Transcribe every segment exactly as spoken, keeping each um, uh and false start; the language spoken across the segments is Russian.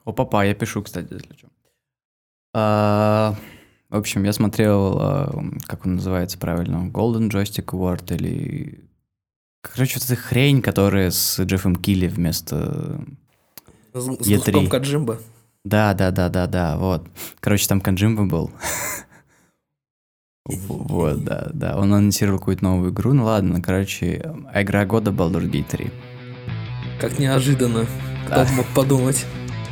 Опа-па, я пишу, кстати, если что. А, в общем, я смотрел, а, как он называется правильно, Golden Joystick Award или... Короче, вот эта хрень, которая с Джеффом Килли вместо С, с и три. дружком Коджимбо. Да, да, да, да, да, вот. Короче, там Коджимбо был. Вот, да, да. Он анонсировал какую-то новую игру. Ну ладно, короче, игра года Baldur's Gate три. Как неожиданно. Кто Да. мог подумать?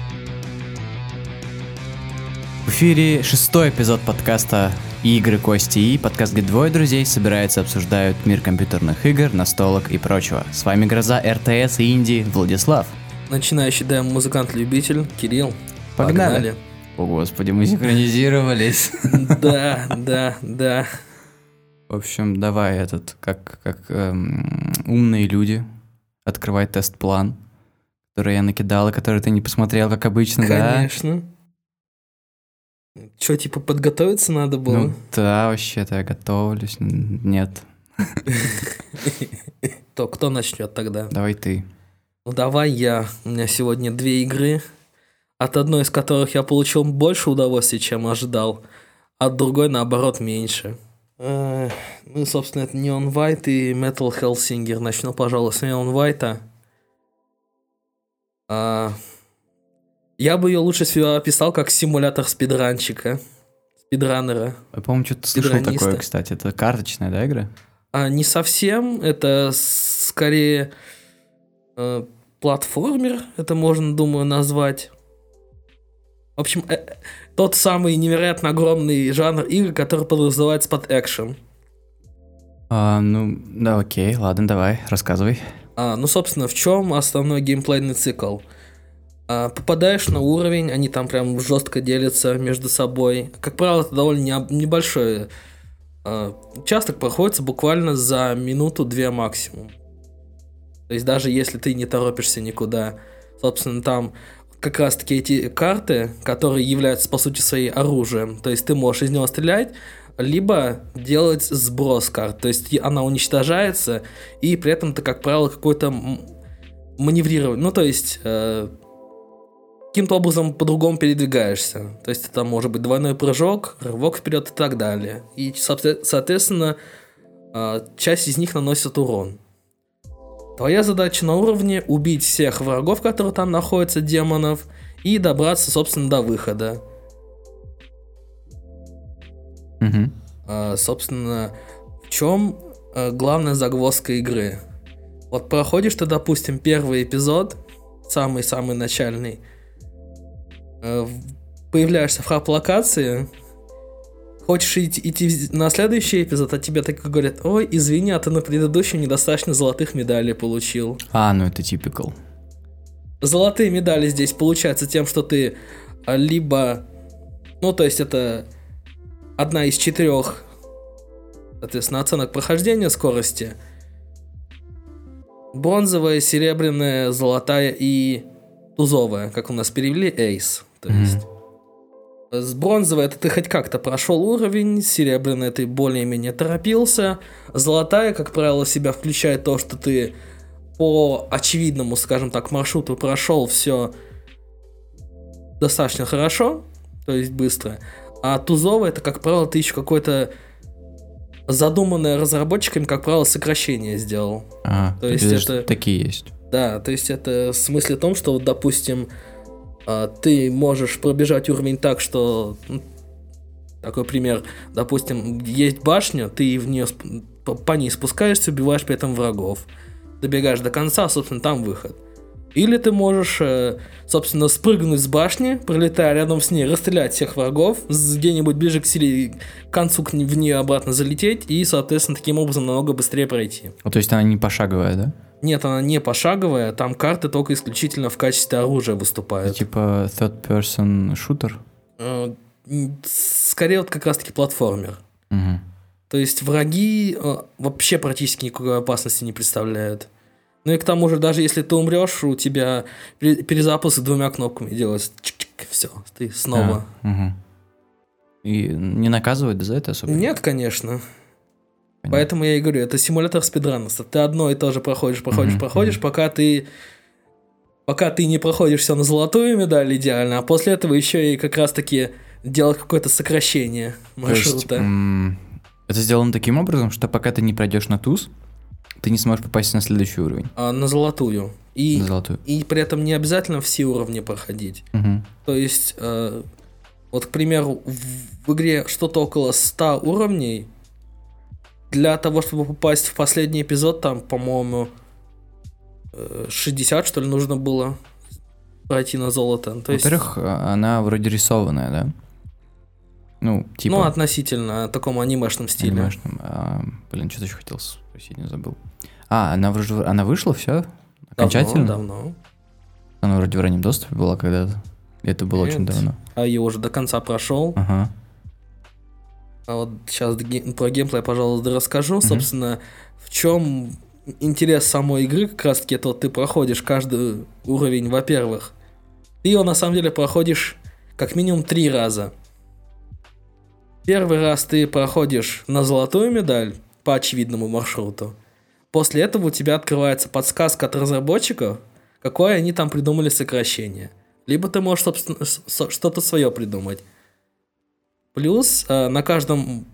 В эфире шестой эпизод подкаста «Игры, кости и», подкаст, где двое друзей собираются, обсуждают мир компьютерных игр, настолок и прочего. С вами Гроза, эр тэ эс и Инди, Владислав. Начинающий Демо-музыкант-любитель Кирилл. Погнали. О, господи, мы синхронизировались. Да, да, да. В общем, давай этот, как, как эм, умные люди, открывай тест-план, который я накидал, и который ты не посмотрел, как обычно, да? Конечно. Че, типа подготовиться надо было? Ну да, вообще-то я готовлюсь. Нет. То кто начнет тогда? Давай ты. Ну давай я. У меня сегодня две игры, от одной из которых я получил больше удовольствия, чем ожидал, от другой, наоборот, меньше. Ну, собственно, это Neon White и Metal Hellsinger. Начну, пожалуй, с Neon White. А... Я бы ее лучше всего описал как симулятор спидранчика. Спидранера. Я, по-моему, что-то слышал такое, кстати. Это карточная, да, игра? А, не совсем. Это скорее э, платформер, это можно, думаю, назвать. В общем, э, тот самый невероятно огромный жанр игр, который подразумевается под экшен. А, ну, да, окей, ладно, давай, рассказывай. А, ну, собственно, в чем основной геймплейный цикл? А, попадаешь на уровень, они там прям жестко делятся между собой. Как правило, это довольно не, небольшой а, участок, проходится буквально за минуту-две максимум. То есть даже если ты не торопишься никуда, собственно, там как раз-таки эти карты, которые являются, по сути, своей оружием. То есть ты можешь из него стрелять, либо делать сброс карт. То есть она уничтожается, и при этом ты, как правило, какой-то маневрирование. Ну, то есть э, каким-то образом по-другому передвигаешься. То есть это может быть двойной прыжок, рывок вперед и так далее. И, соответственно, э, часть из них наносит урон. Твоя задача на уровне — убить всех врагов, которые там находятся, демонов, и добраться, собственно, до выхода. Угу. А, собственно, в чем а, главная загвоздка игры? Вот проходишь ты, допустим, первый эпизод, самый-самый начальный, а, появляешься в хаб-локации, хочешь идти, идти на следующий эпизод, а тебе так говорят: ой, извини, а ты на предыдущем недостаточно золотых медалей получил. А, ну это typical. Золотые медали здесь получаются тем, что ты либо... Ну, то есть это одна из четырех, соответственно, оценок прохождения скорости. Бронзовая, серебряная, золотая и тузовая, как у нас перевели, эйс. То есть... Mm-hmm. С бронзовой это ты хоть как-то прошел уровень, с серебряной ты более-менее торопился, золотая, как правило, в себя включает то, что ты по очевидному, скажем так, маршруту прошел все достаточно хорошо, то есть быстро, а тузовая это, как правило, ты еще какое-то задуманное разработчиками, как правило, сокращение сделал. А, то есть это такие есть. Да, то есть это в смысле том, что, вот, допустим, ты можешь пробежать уровень так, что, ну, такой пример, допустим, есть башня, ты в нее, по ней спускаешься, убиваешь при этом врагов, добегаешь до конца, собственно, там выход. Или ты можешь, собственно, спрыгнуть с башни, пролетая рядом с ней, расстрелять всех врагов, где-нибудь ближе к силе, к концу в нее обратно залететь и, соответственно, таким образом намного быстрее пройти. Ну, то есть она не пошаговая, да? Нет, она не пошаговая, там карты только исключительно в качестве оружия выступают. Это типа third-person шутер? Э, скорее вот как раз-таки платформер. Угу. То есть враги э, вообще практически никакой опасности не представляют. Ну и к тому же, даже если ты умрешь, у тебя перезапуск двумя кнопками делается. Чик-чик, все, ты снова. А, угу. И не наказывают за это особо? Нет, конечно. Понятно. Поэтому я и говорю, это симулятор спидранерства. Ты одно и то же проходишь, проходишь, mm-hmm. проходишь, пока ты пока ты не проходишь все на золотую медаль идеально, а после этого еще и как раз-таки делать какое-то сокращение маршрута. То есть, м- это сделано таким образом, что пока ты не пройдешь на туз, ты не сможешь попасть на следующий уровень. А, на золотую. И, на золотую. И при этом не обязательно все уровни проходить. Угу. То есть, э, вот, к примеру, в, в игре что-то около ста уровней. Для того, чтобы попасть в последний эпизод, там, по-моему, шестьдесят, что ли, нужно было пройти на золото. То Во-первых, есть... она вроде рисованная, да? Ну, типа... Ну, относительно такому анимешном стиле. Анимешном. А, блин, что-то еще хотел спросить, не забыл. А, она, вроде, она вышла, все? Окончательно? Давно, давно. Она вроде в раннем доступе была когда-то. Это было Нет. очень давно. А я уже до конца прошел. Ага. А вот сейчас про геймплей, пожалуйста, расскажу. Mm-hmm. Собственно, в чем интерес самой игры, как раз таки, это вот ты проходишь каждый уровень, во-первых. Ты его на самом деле проходишь как минимум три раза. Первый раз ты проходишь на золотую медаль по очевидному маршруту. После этого у тебя открывается подсказка от разработчиков, какое они там придумали сокращение. Либо ты можешь, собственно, что-то свое придумать. Плюс э, на каждом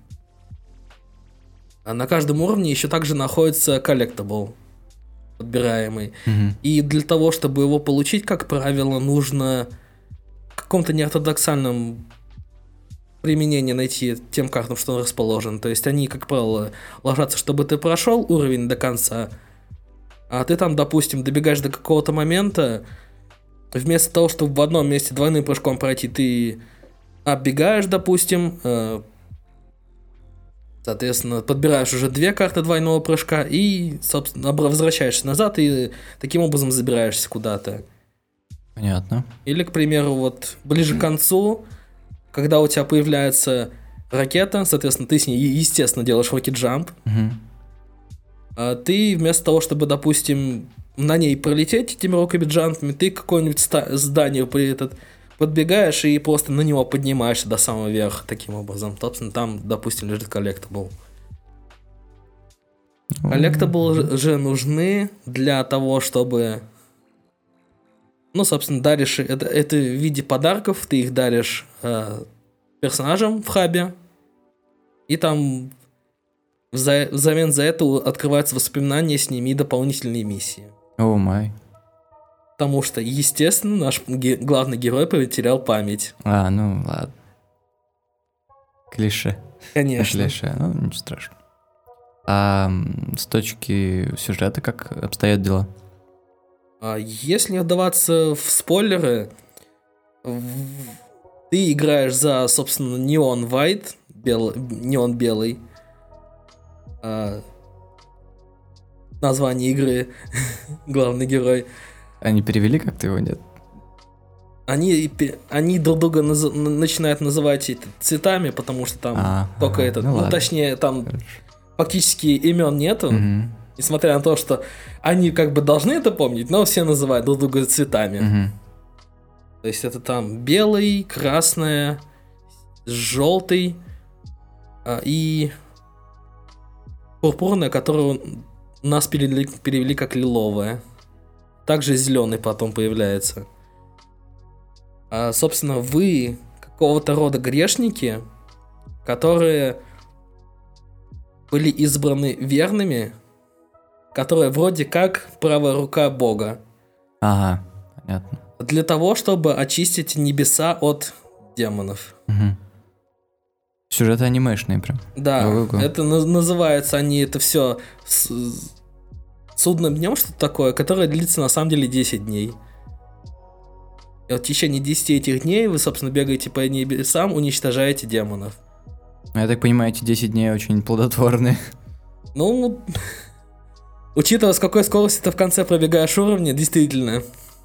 на каждом уровне еще также находится collectible подбираемый. Mm-hmm. И для того, чтобы его получить, как правило, нужно в каком-то неортодоксальном применении найти тем картам, что он расположен. То есть они, как правило, ложатся, чтобы ты прошел уровень до конца, а ты там, допустим, добегаешь до какого-то момента, вместо того, чтобы в одном месте двойным прыжком пройти, ты оббегаешь, допустим, э, соответственно, подбираешь уже две карты двойного прыжка и, собственно, возвращаешься назад и таким образом забираешься куда-то. Понятно. Или, к примеру, вот ближе к концу, когда у тебя появляется ракета, соответственно, ты с ней, естественно, делаешь рокет-джамп, угу. а ты вместо того, чтобы, допустим, на ней пролететь этими рокет-джампами, ты какое-нибудь ста- здание при этот подбегаешь и просто на него поднимаешься до самого верха таким образом. Собственно, там, допустим, лежит коллектабл. Коллектабл же нужны для того, чтобы... Ну, собственно, даришь... Это, это в виде подарков, ты их даришь э, персонажам в хабе, и там вза- взамен за это открываются воспоминания с ними и дополнительные миссии. О май. Потому что, естественно, наш ге- главный герой потерял память. А, ну ладно. Клише. Конечно. Клише, ну ничего страшного. А с точки сюжета как обстоят дела? А если вдаваться в спойлеры, в... ты играешь за, собственно, Neon White, бел... Neon белый. А... Название игры, главный герой. Они перевели как-то его, нет? Они, они друг друга наз... начинают называть это цветами, потому что там а, только ага, этот, ну, ну точнее, там Хорошо. Фактически имен нету, угу. Несмотря на то, что они как бы должны это помнить, но все называют друг друга цветами. Угу. То есть это там белый, красный, желтый а, и пурпурная, которую у нас перевели, перевели как лиловая. Также зеленый потом появляется. А, собственно, вы какого-то рода грешники, которые были избраны верными, которые вроде как правая рука Бога. Ага, понятно. Для того, чтобы очистить небеса от демонов. Угу. Сюжеты анимешные прям. Да, Ого-го. Это на- называется они это все с- судным днем, что-то такое, которое длится на самом деле десять дней. И вот в течение десяти этих дней вы, собственно, бегаете по небесам, уничтожаете демонов. Я так понимаю, эти десять дней очень плодотворные. Ну, учитывая, с какой скоростью ты в конце пробегаешь уровни, действительно.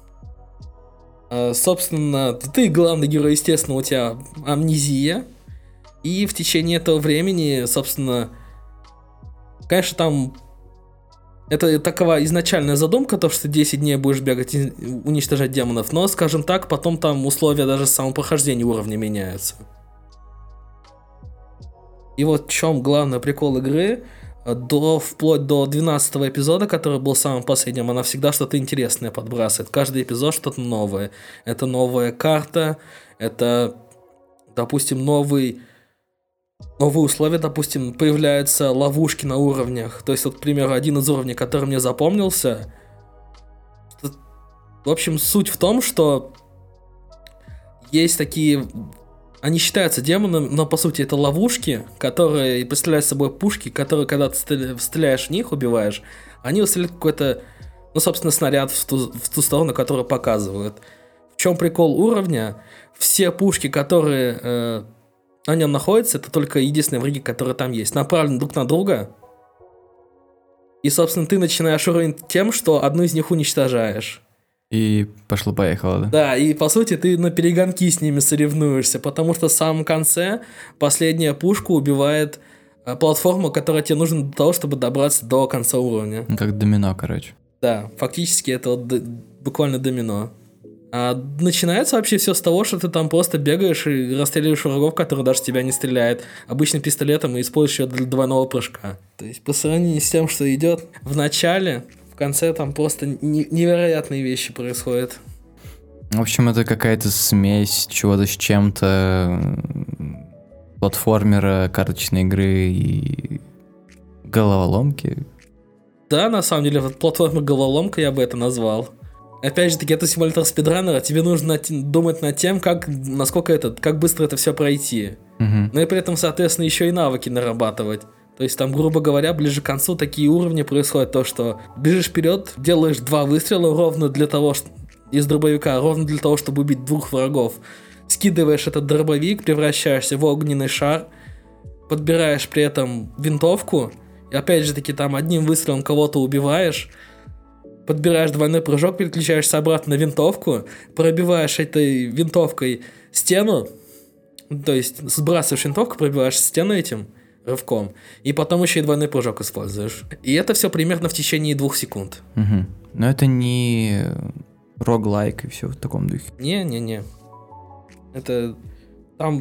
А, собственно, ты главный герой, естественно, у тебя амнезия. И в течение этого времени, собственно, конечно, там это такова изначальная задумка, то, что десять дней будешь бегать и уничтожать демонов. Но, скажем так, потом там условия даже самопрохождения уровня меняются. И вот в чем главный прикол игры. до, вплоть до двенадцатого эпизода, который был самым последним, она всегда что-то интересное подбрасывает. Каждый эпизод что-то новое. Это новая карта, это, допустим, новый, новые условия, допустим, появляются ловушки на уровнях. То есть, вот, к примеру, один из уровней, который мне запомнился, в общем, суть в том, что есть такие... Они считаются демонами, но по сути это ловушки, которые представляют собой пушки, которые, когда ты стреляешь в них, убиваешь, они выстрелят какой-то, ну, собственно, снаряд в ту, в ту сторону, которую показывают. В чем прикол уровня? Все пушки, которые э, на нем находятся, это только единственные враги, которые там есть, направлены друг на друга. И, собственно, ты начинаешь уровень тем, что одну из них уничтожаешь. И пошло-поехало, да? Да, и по сути ты на перегонки с ними соревнуешься, потому что в самом конце последняя пушка убивает а, платформу, которая тебе нужна для того, чтобы добраться до конца уровня. Как домино, короче. Да, фактически это вот д- буквально домино. А начинается вообще все с того, что ты там просто бегаешь и расстреливаешь врагов, которые даже тебя не стреляют, обычным пистолетом, и используешь ее для двойного прыжка. То есть по сравнению с тем, что идет в начале... В конце там просто невероятные вещи происходят. В общем, это какая-то смесь чего-то с чем-то, платформера, карточной игры и головоломки. Да, на самом деле, вот платформа-головоломка я бы это назвал. Опять же таки, это симулятор спидранера, тебе нужно думать над тем, как, насколько это, как быстро это все пройти. Угу. Но и при этом, соответственно, еще и навыки нарабатывать. То есть там, грубо говоря, ближе к концу такие уровни происходят, то что бежишь вперед, делаешь два выстрела ровно для того, что... из дробовика, ровно для того, чтобы убить двух врагов. Скидываешь этот дробовик, превращаешься в огненный шар, подбираешь при этом винтовку, и опять же таки там одним выстрелом кого-то убиваешь, подбираешь двойной прыжок, переключаешься обратно на винтовку, пробиваешь этой винтовкой стену, то есть сбрасываешь винтовку, пробиваешь стену этим рывком, и потом еще и двойной прыжок используешь. И это все примерно в течение двух секунд. Угу. Но это не роглайк и все в таком духе. Не-не-не. Это там...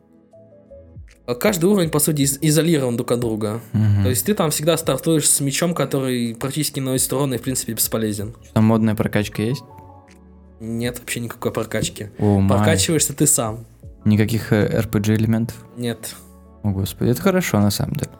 Каждый уровень, по сути, из- изолирован друг от друга. Угу. То есть ты там всегда стартуешь с мечом, который практически не наносит урона и, в принципе, бесполезен. Там модная прокачка есть? Нет вообще никакой прокачки. О, май. Прокачиваешься ты сам. Никаких эр пи джи элементов? Нет. О, господи, это хорошо на самом деле.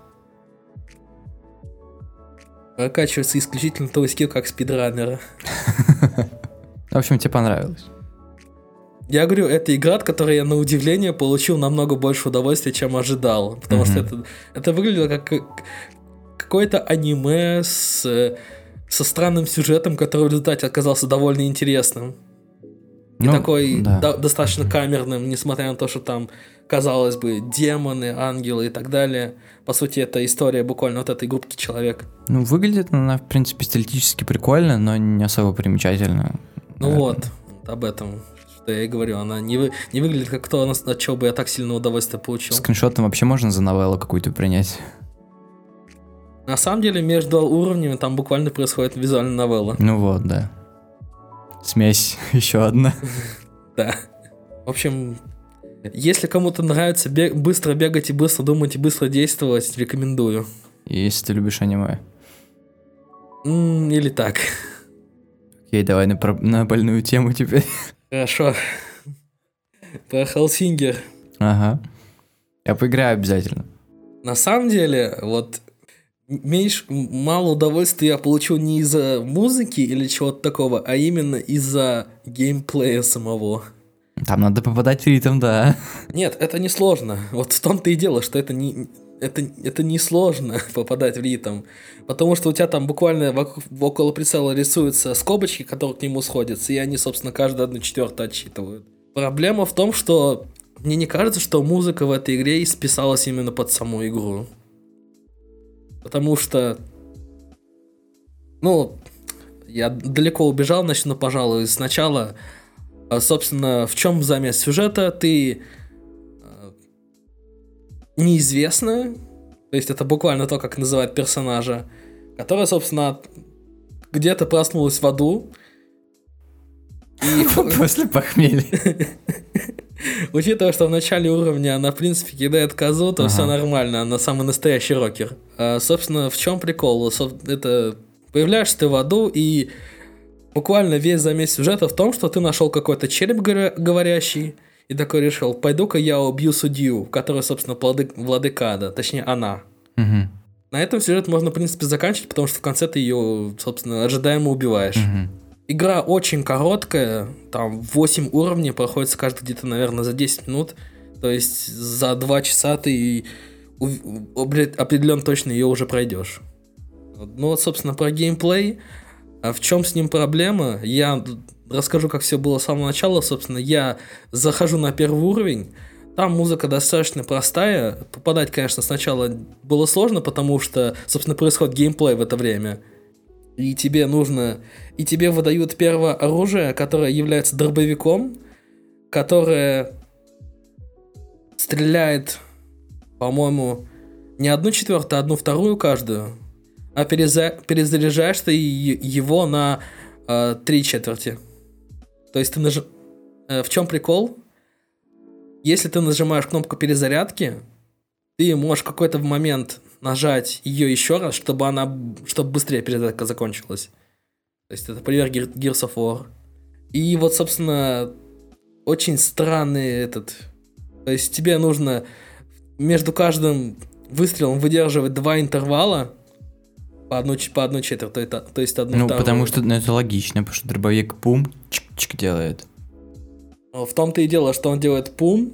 Прокачивается исключительно твой скилл как спидранера. В общем, тебе понравилось. Я говорю, это игра, от которой я на удивление получил намного больше удовольствия, чем ожидал. Потому mm-hmm. что это, это выглядело как какое-то аниме с, со странным сюжетом, который в результате оказался довольно интересным. И ну, такой да. до, достаточно камерным, несмотря на то, что там, казалось бы, демоны, ангелы и так далее. По сути, это история буквально вот этой группки человек. Ну, выглядит она, в принципе, стилистически прикольно, но не особо примечательно. Ну наверное. Вот, об этом, что я и говорю. Она не, вы, не выглядит как то, от чего бы я так сильно удовольствие получил. Скриншотом вообще можно за новеллу какую-то принять? На самом деле, между уровнями там буквально происходит визуальная новелла. Ну вот, да. Смесь еще одна. Да. В общем, если кому-то нравится бег- быстро бегать и быстро думать и быстро действовать, рекомендую. И если ты любишь аниме. М- или так. Окей, давай на, про- на больную тему теперь. Хорошо. Про Hellsinger. Ага. Я поиграю обязательно. На самом деле, вот... Меньше, мало удовольствия я получил не из-за музыки или чего-то такого, а именно из-за геймплея самого. Там надо попадать в ритм, да. Нет, это не сложно. Вот в том-то и дело, что это не, это, это не сложно попадать в ритм. Потому что у тебя там буквально вокруг, около прицела рисуются скобочки, которые к нему сходятся, и они, собственно, каждую одну четвертую отсчитывают. Проблема в том, что мне не кажется, что музыка в этой игре списалась именно под саму игру. Потому что, ну, я далеко убежал, начну, пожалуй, сначала. Собственно, в чем замес сюжета? Ты неизвестная, то есть это буквально то, как называют персонажа, которая, собственно, где-то проснулась в аду. И... После похмелья. Учитывая, что в начале уровня она, в принципе, кидает козу, то Ага. все нормально, она самый настоящий рокер. А, собственно, в чем прикол? Соб- Это появляешься ты в аду, и буквально весь замес сюжета в том, что ты нашел какой-то череп говоря- говорящий, и такой решил, пойду-ка я убью судью, который, собственно, владык- владыка ада, точнее, она. Мгм. На этом сюжет можно, в принципе, заканчивать, потому что в конце ты ее, собственно, ожидаемо убиваешь. Мгм. Игра очень короткая, там восемь уровней, проходится каждый где-то, наверное, за десять минут. То есть за два часа ты определенно точно ее уже пройдешь. Ну вот, собственно, про геймплей. А в чем с ним проблема? Я расскажу, как все было с самого начала. Собственно, я захожу на первый уровень. Там музыка достаточно простая. Попадать, конечно, сначала было сложно, потому что, собственно, происходит геймплей в это время. И тебе нужно... И тебе выдают первое оружие, которое является дробовиком, которое стреляет, по-моему, не одну четвертую, а одну вторую каждую. А переза... перезаряжаешь ты его на э, три четверти. То есть ты наж... э, в чем прикол? Если ты нажимаешь кнопку перезарядки, ты можешь в какой-то момент нажать ее еще раз, чтобы она, чтобы быстрее перезарядка закончилась. То есть это пример Gears of War. И вот, собственно, очень странный этот... То есть тебе нужно между каждым выстрелом выдерживать два интервала по одной, по одной четверть, то, это, то есть одну Ну, вторую. потому что ну, это логично, потому что дробовик пум, чик-чик делает. В том-то и дело, что он делает пум.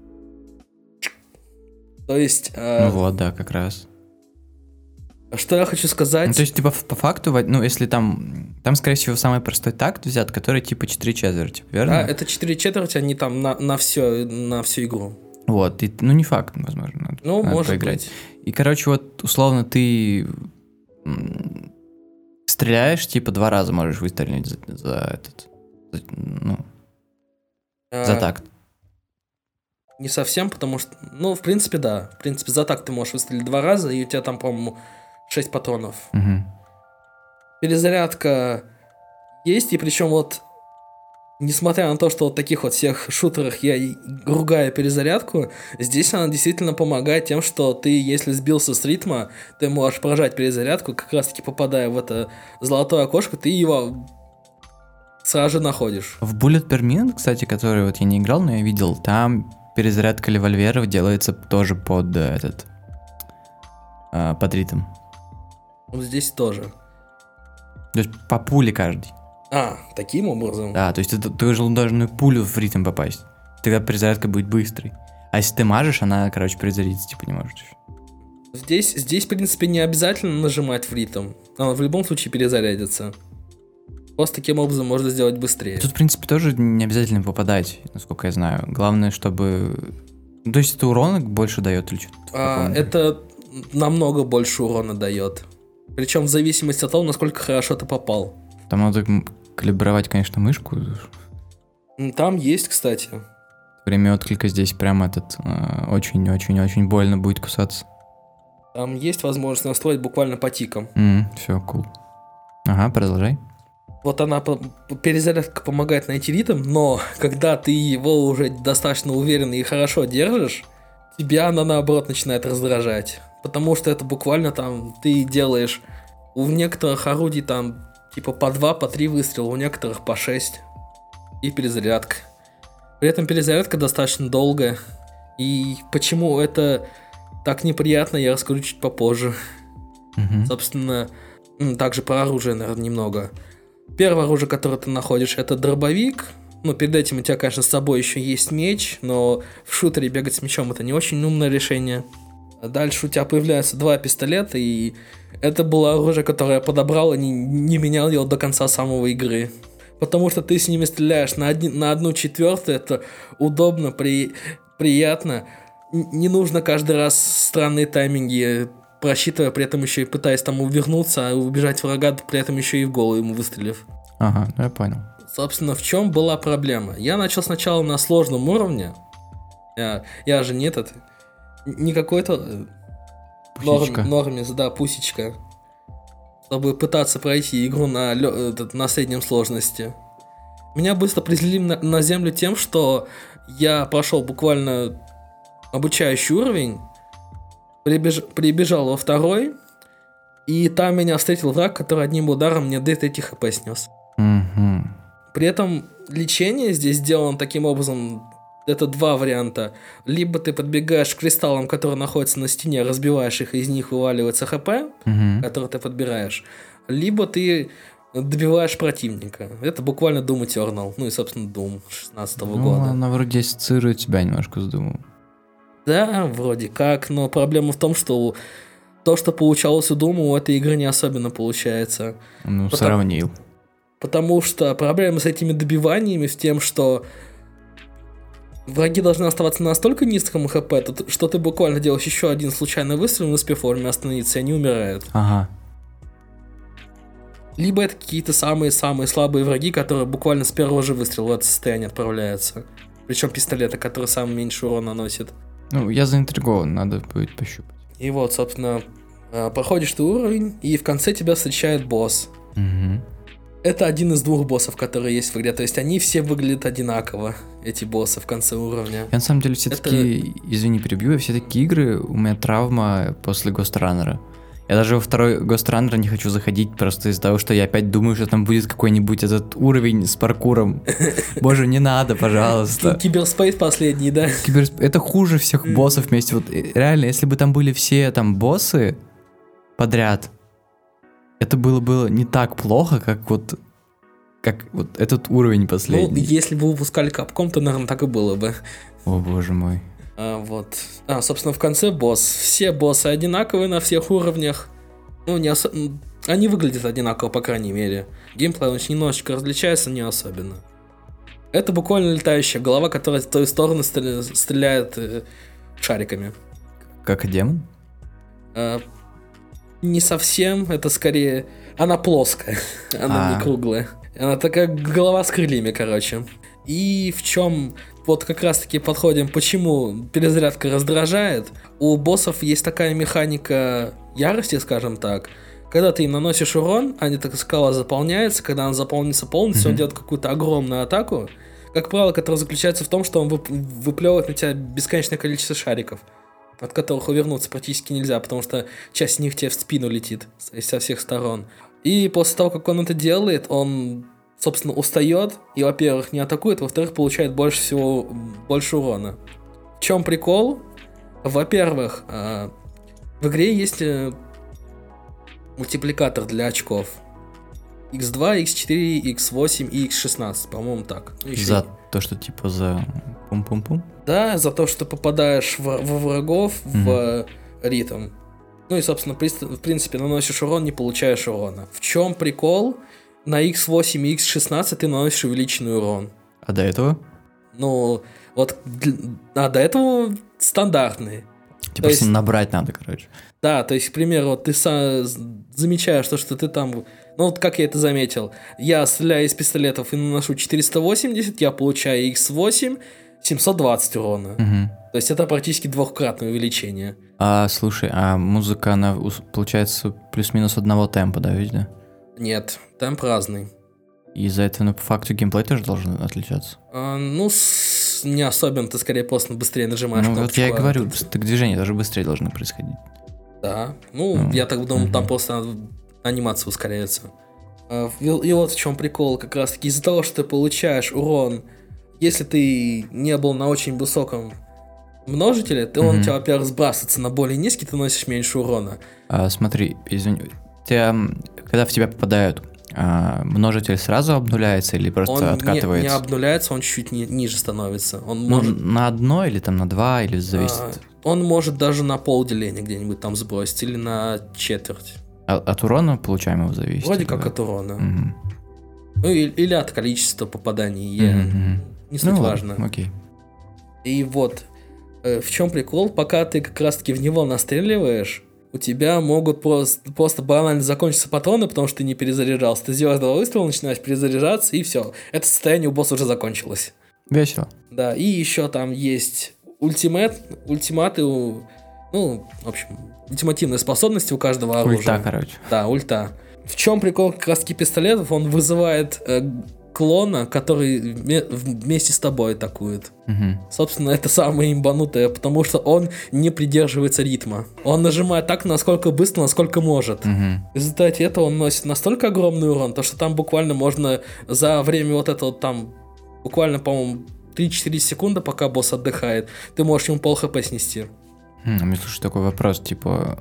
То есть... Э, Ну вот, да, как раз. Что я хочу сказать... Ну, то есть, типа, по факту, ну, если там... Там, скорее всего, самый простой такт взят, который, типа, четыре четверти, верно? Да, это четыре четверти, они там на, на, все, на всю игру. Вот, и, ну, не факт, возможно. Надо, ну, надо может поиграть. быть. И, короче, вот, условно, ты стреляешь, типа, два раза можешь выстрелить за, за этот... За, ну, а, за такт. Не совсем, потому что... Ну, в принципе, да. В принципе, за такт ты можешь выстрелить два раза, и у тебя там, по-моему, шесть патронов. Угу. Перезарядка есть, и причем вот, несмотря на то, что вот таких вот всех шутерах я ругаю перезарядку, здесь она действительно помогает тем, что ты, если сбился с ритма, ты можешь прожать перезарядку, как раз таки попадая в это золотое окошко, ты его сразу же находишь. В Bullet Per Minute, кстати, который вот я не играл, но я видел, там перезарядка револьверов делается тоже под этот, э, под ритм. Вот здесь тоже. То есть по пуле каждый. А, таким образом? Да, то есть ты, ты уже должен пулю в ритм попасть. Тогда перезарядка будет быстрой. А если ты мажешь, она, короче, перезарядиться типа не можешь. Здесь, здесь, в принципе, не обязательно нажимать в ритм. Она в любом случае перезарядится. Просто таким образом можно сделать быстрее. Тут, в принципе, тоже не обязательно попадать, насколько я знаю. Главное, чтобы... Ну, то есть это урона больше дает или что-то? А, это намного больше урона дает. Причем в зависимости от того, насколько хорошо ты попал. Там надо калибровать, конечно, мышку. Там есть, кстати. Время отклика здесь прям этот очень-очень-очень больно будет кусаться. Там есть возможность настроить буквально по тикам. Mm, все, cool. Ага, продолжай. Вот она, перезарядка помогает найти ритм, но когда ты его уже достаточно уверенно и хорошо держишь, тебя она, наоборот, начинает раздражать. Потому что это буквально там ты делаешь... У некоторых орудий там типа по два, по три выстрела, у некоторых по шесть. И перезарядка. При этом перезарядка достаточно долгая. И почему это так неприятно, я расскажу чуть попозже. Mm-hmm. Собственно, также про оружие, наверное, немного. Первое оружие, которое ты находишь, это дробовик. Ну, перед этим у тебя, конечно, с собой еще есть меч, но в шутере бегать с мечом это не очень умное решение. Дальше у тебя появляются два пистолета, и это было оружие, которое я подобрал и не, не менял его до конца самого игры. Потому что ты с ними стреляешь на, одни, на одну четвертую, это удобно, при, приятно. Не нужно каждый раз странные тайминги, просчитывая, при этом еще и пытаясь там увернуться, а убежать врага, при этом еще и в голову ему выстрелив. Ага, ну я понял. Собственно, в чем была проблема? Я начал сначала на сложном уровне. Я, я же не этот... Не какой-то норм, нормис, да, пусечка. Чтобы пытаться пройти игру на, на среднем сложности. Меня быстро приземлили на, на землю тем, что я прошел буквально обучающий уровень, прибеж... прибежал во второй, и там меня встретил враг, который одним ударом мне до третьих хп снес. Угу. При этом лечение здесь сделано таким образом, это два варианта. Либо ты подбегаешь к кристаллам, которые находятся на стене, разбиваешь их, и из них вываливается хп, Угу. который ты подбираешь, либо ты добиваешь противника. Это буквально Doom Eternal, ну и, собственно, Doom шестнадцатого Ну, года. она вроде ассоциирует тебя немножко с Думом. Да, вроде как, но проблема в том, что то, что получалось у Дума, у этой игры не особенно получается. Ну, Потому- сравнил. Потому что проблема с этими добиваниями в тем, что враги должны оставаться на настолько низком хп, то- что ты буквально делаешь еще один случайный выстрел, не успев вовремя остановиться, и они умирают. Ага. Либо это какие-то самые-самые слабые враги, которые буквально с первого же выстрела в это состояние отправляются. Причем пистолеты, которые самый меньший урон наносят. Ну, я заинтригован, надо будет пощупать. И вот, собственно, э, проходишь ты уровень, и в конце тебя встречает босс. Угу. Это один из двух боссов, которые есть в игре. То есть они все выглядят одинаково, эти боссы в конце уровня. Я на самом деле все Это- такие, извини, перебью, все такие игры, у меня травма после Гостраннера. Я даже во второй Гостранер не хочу заходить, просто из-за того, что я опять думаю, что там будет какой-нибудь этот уровень с паркуром. Боже, не надо, пожалуйста. Киберспейс последний, да? Киберсп- Это хуже всех боссов вместе. Вот э, реально, если бы там были все там боссы подряд, это было бы не так плохо, как вот как вот этот уровень Ну, последний. если бы выпускали Capcom, то, наверное, так и было бы. О боже мой. А, вот. А, собственно, в конце босс. Все боссы одинаковые на всех уровнях. Ну, не осо- м, они выглядят одинаково, по крайней мере. Геймплей он немножечко различается, не особенно. Это буквально летающая голова, которая в той сторону стреля- стреляет э, шариками. Как и демон? А, не совсем, это скорее... Она плоская, она А. не круглая. Она такая голова с крыльями, короче. И в чем вот как раз таки подходим, почему перезарядка раздражает. У боссов есть такая механика ярости, скажем так. Когда ты им наносишь урон, они так скала заполняется, когда она заполнится полностью, он Мгм. делает какую-то огромную атаку. Как правило, которая заключается в том, что он вып- выплевывает на тебя бесконечное количество шариков, от которых увернуться практически нельзя, потому что часть из них тебе в спину летит со со всех сторон. И после того, как он это делает, он, собственно, устает и, во-первых, не атакует, во-вторых, получает больше всего, больше урона. В чем прикол? Во-первых, э, в игре есть э, мультипликатор для очков. икс два, икс четыре, икс восемь и икс шестнадцать, по-моему, так. Ну, еще За то, что типа за пум-пум-пум? Да, за то, что попадаешь в- во врагов в э, ритм. Ну и, собственно, прист- в принципе, наносишь урон, не получаешь урона. В чем прикол? На икс восемь и икс шестнадцать ты наносишь увеличенный урон. А до этого? Ну, вот, дл- а до этого стандартный. Типа есть- всем набрать надо, короче. Да, то есть, к примеру, вот ты са- замечаешь то, что ты там... Ну, вот как я это заметил. Я стреляю из пистолетов и наношу четыреста восемьдесят, я получаю икс восемь, семьсот двадцать урона. Мгм. То есть это практически двухкратное увеличение. А, слушай, а музыка, она ус- получается плюс-минус одного темпа, да, ведь, да? Нет, темп разный. И из-за этого, ну, по факту, геймплей тоже должен отличаться. А, ну, с- не особенно, ты скорее просто быстрее нажимаешь Ну, вот кнопочку, я и а говорю, тут- так движения даже быстрее должны происходить. Да, ну, Ну, я так думаю, там мгм. просто анимация ускоряется. А, И и вот в чем прикол, как раз таки из-за того, что ты получаешь урон, если ты не был на очень высоком множителе, то он Мгм. у тебя, во-первых, сбрасывается на более низкий, ты носишь меньше урона. А, смотри, извини, тебя, м, когда в тебя попадают, а, множитель сразу обнуляется или просто Он не, откатывается? не обнуляется, он чуть-чуть ни- ниже становится. Он Ну, может, на одно или там на два, или зависит а, он может даже на полделения где-нибудь там сбросить, или на четверть. а- от урона получаемого зависит? Вроде или как как? от урона. Мгм. Ну, и- или от количества попаданий. Я- Мгм, мгм. Не суть Ну, важно. ладно, окей. И вот, э, в чем прикол, пока ты как раз-таки в него настреливаешь, у тебя могут просто, просто банально закончиться патроны, потому что ты не перезаряжался. Ты сделаешь два выстрела, начинаешь перезаряжаться, и все. Это состояние у босса уже закончилось. Весело. Да, и еще там есть ультимат, ультиматы, у- ну, в общем, ультимативные способности у каждого оружия. Ульта, короче. Да, ульта. В чем прикол как раз таки пистолетов? Он вызывает э, клона, который вместе с тобой атакует. Угу. Собственно, это самое имбанутое, потому что он не придерживается ритма. Он нажимает так, насколько быстро, насколько может. Угу. В результате этого он носит настолько огромный урон, то что там буквально можно за время вот этого там, буквально, по-моему, три-четыре секунды, пока босс отдыхает, ты можешь ему пол хп снести. Хм, у меня, слушай, такой вопрос, типа...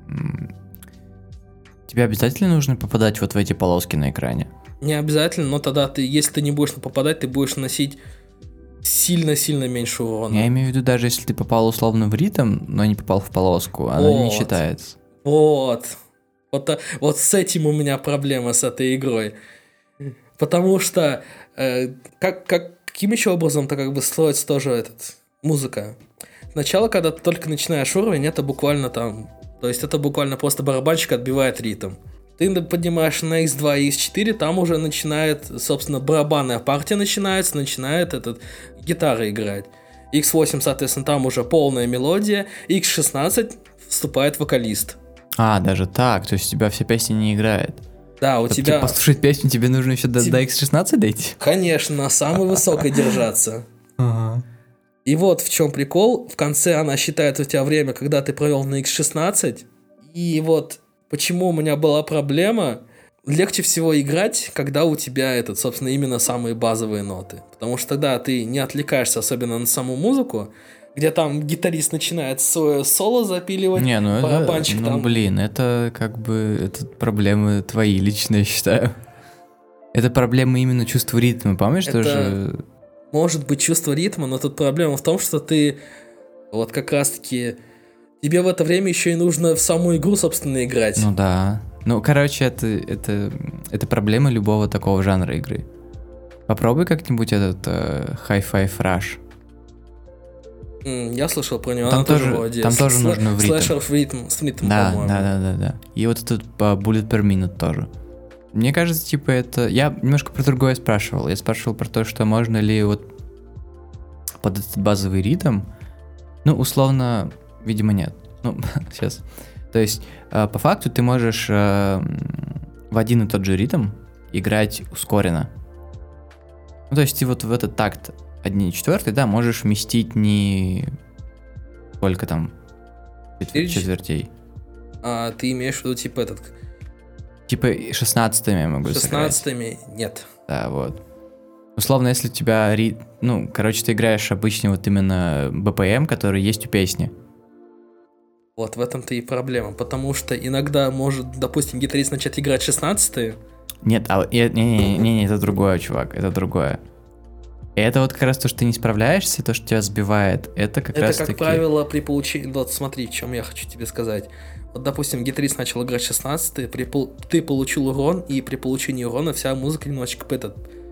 Тебе обязательно нужно попадать вот в эти полоски на экране? Не обязательно, но тогда ты, если ты не будешь попадать, ты будешь носить сильно-сильно меньше урона. Я имею в виду, даже если ты попал условно в ритм, но не попал в полоску, она вот. не считается. Вот. Вот. Вот с этим у меня проблема с этой игрой. Потому что э, как, как, каким еще образом-то как бы строится тоже этот, музыка? Сначала, когда ты только начинаешь уровень, это буквально там... То есть это буквально просто барабанщик отбивает ритм. Ты поднимаешь на икс два и икс четыре, там уже начинает, собственно, барабанная партия начинается, начинает этот, гитара играть. икс восемь, соответственно, там уже полная мелодия, икс шестнадцать вступает вокалист. А, даже так, то есть у тебя вся песня не играет. Да, у Чтобы тебя... послушать песню, тебе нужно еще до, Тебе... до икс шестнадцать дойти? Конечно, на самой высокой держаться. Ага. И вот в чем прикол, в конце она считает у тебя время, когда ты провел на икс шестнадцать, и вот почему у меня была проблема, легче всего играть, когда у тебя, этот, собственно, именно самые базовые ноты, потому что тогда ты не отвлекаешься особенно на саму музыку, где там гитарист начинает свое соло запиливать, не, ну барабанчик это, там... Ну, блин, это как бы, это проблемы твои личные, я считаю. Это проблемы именно чувства ритма, помнишь, это... тоже... Может быть чувство ритма, но тут проблема в том, что ты вот как раз-таки... Тебе в это время еще и нужно в саму игру, собственно, играть. Ну да. Ну, короче, это, это, это проблема любого такого жанра игры. Попробуй как-нибудь этот uh, Hi-Fi Rush. Mm, я слышал про него, там она тоже, тоже вроде там тоже слэ- нужно в ритм. Слэшер в ритм, с ритмом, да, по-моему. Да, да, да, да. И вот этот uh, Bullet Per Minute тоже. Мне кажется, типа это... Я немножко про другое спрашивал. Я спрашивал про то, что можно ли вот под этот базовый ритм, ну, условно, видимо, нет. Ну, сейчас. То есть, э, по факту ты можешь э, в один и тот же ритм играть ускоренно. Ну, то есть ты вот в этот такт один четвертый, да, можешь вместить не сколько там четвер- четвертей. А ты имеешь в виду, типа, этот... Типа шестнадцатыми я могу шестнадцатыми сыграть. Нет. Да, вот. Условно, если у тебя, ри... ну, короче, ты играешь обычный вот именно би пи эм, который есть у песни. Вот в этом-то и проблема, потому что иногда может, допустим, гитарист начать играть шестнадцатые. Нет, а не-не-не, это другое, чувак, это другое. Это вот как раз то, что ты не справляешься, то, что тебя сбивает, это как это, раз как таки... правило, при получении... Вот смотри, в чем я хочу тебе сказать. Вот, допустим, гитарист начал играть шестнадцатые, при... ты получил урон, и при получении урона вся музыка немножечко этот...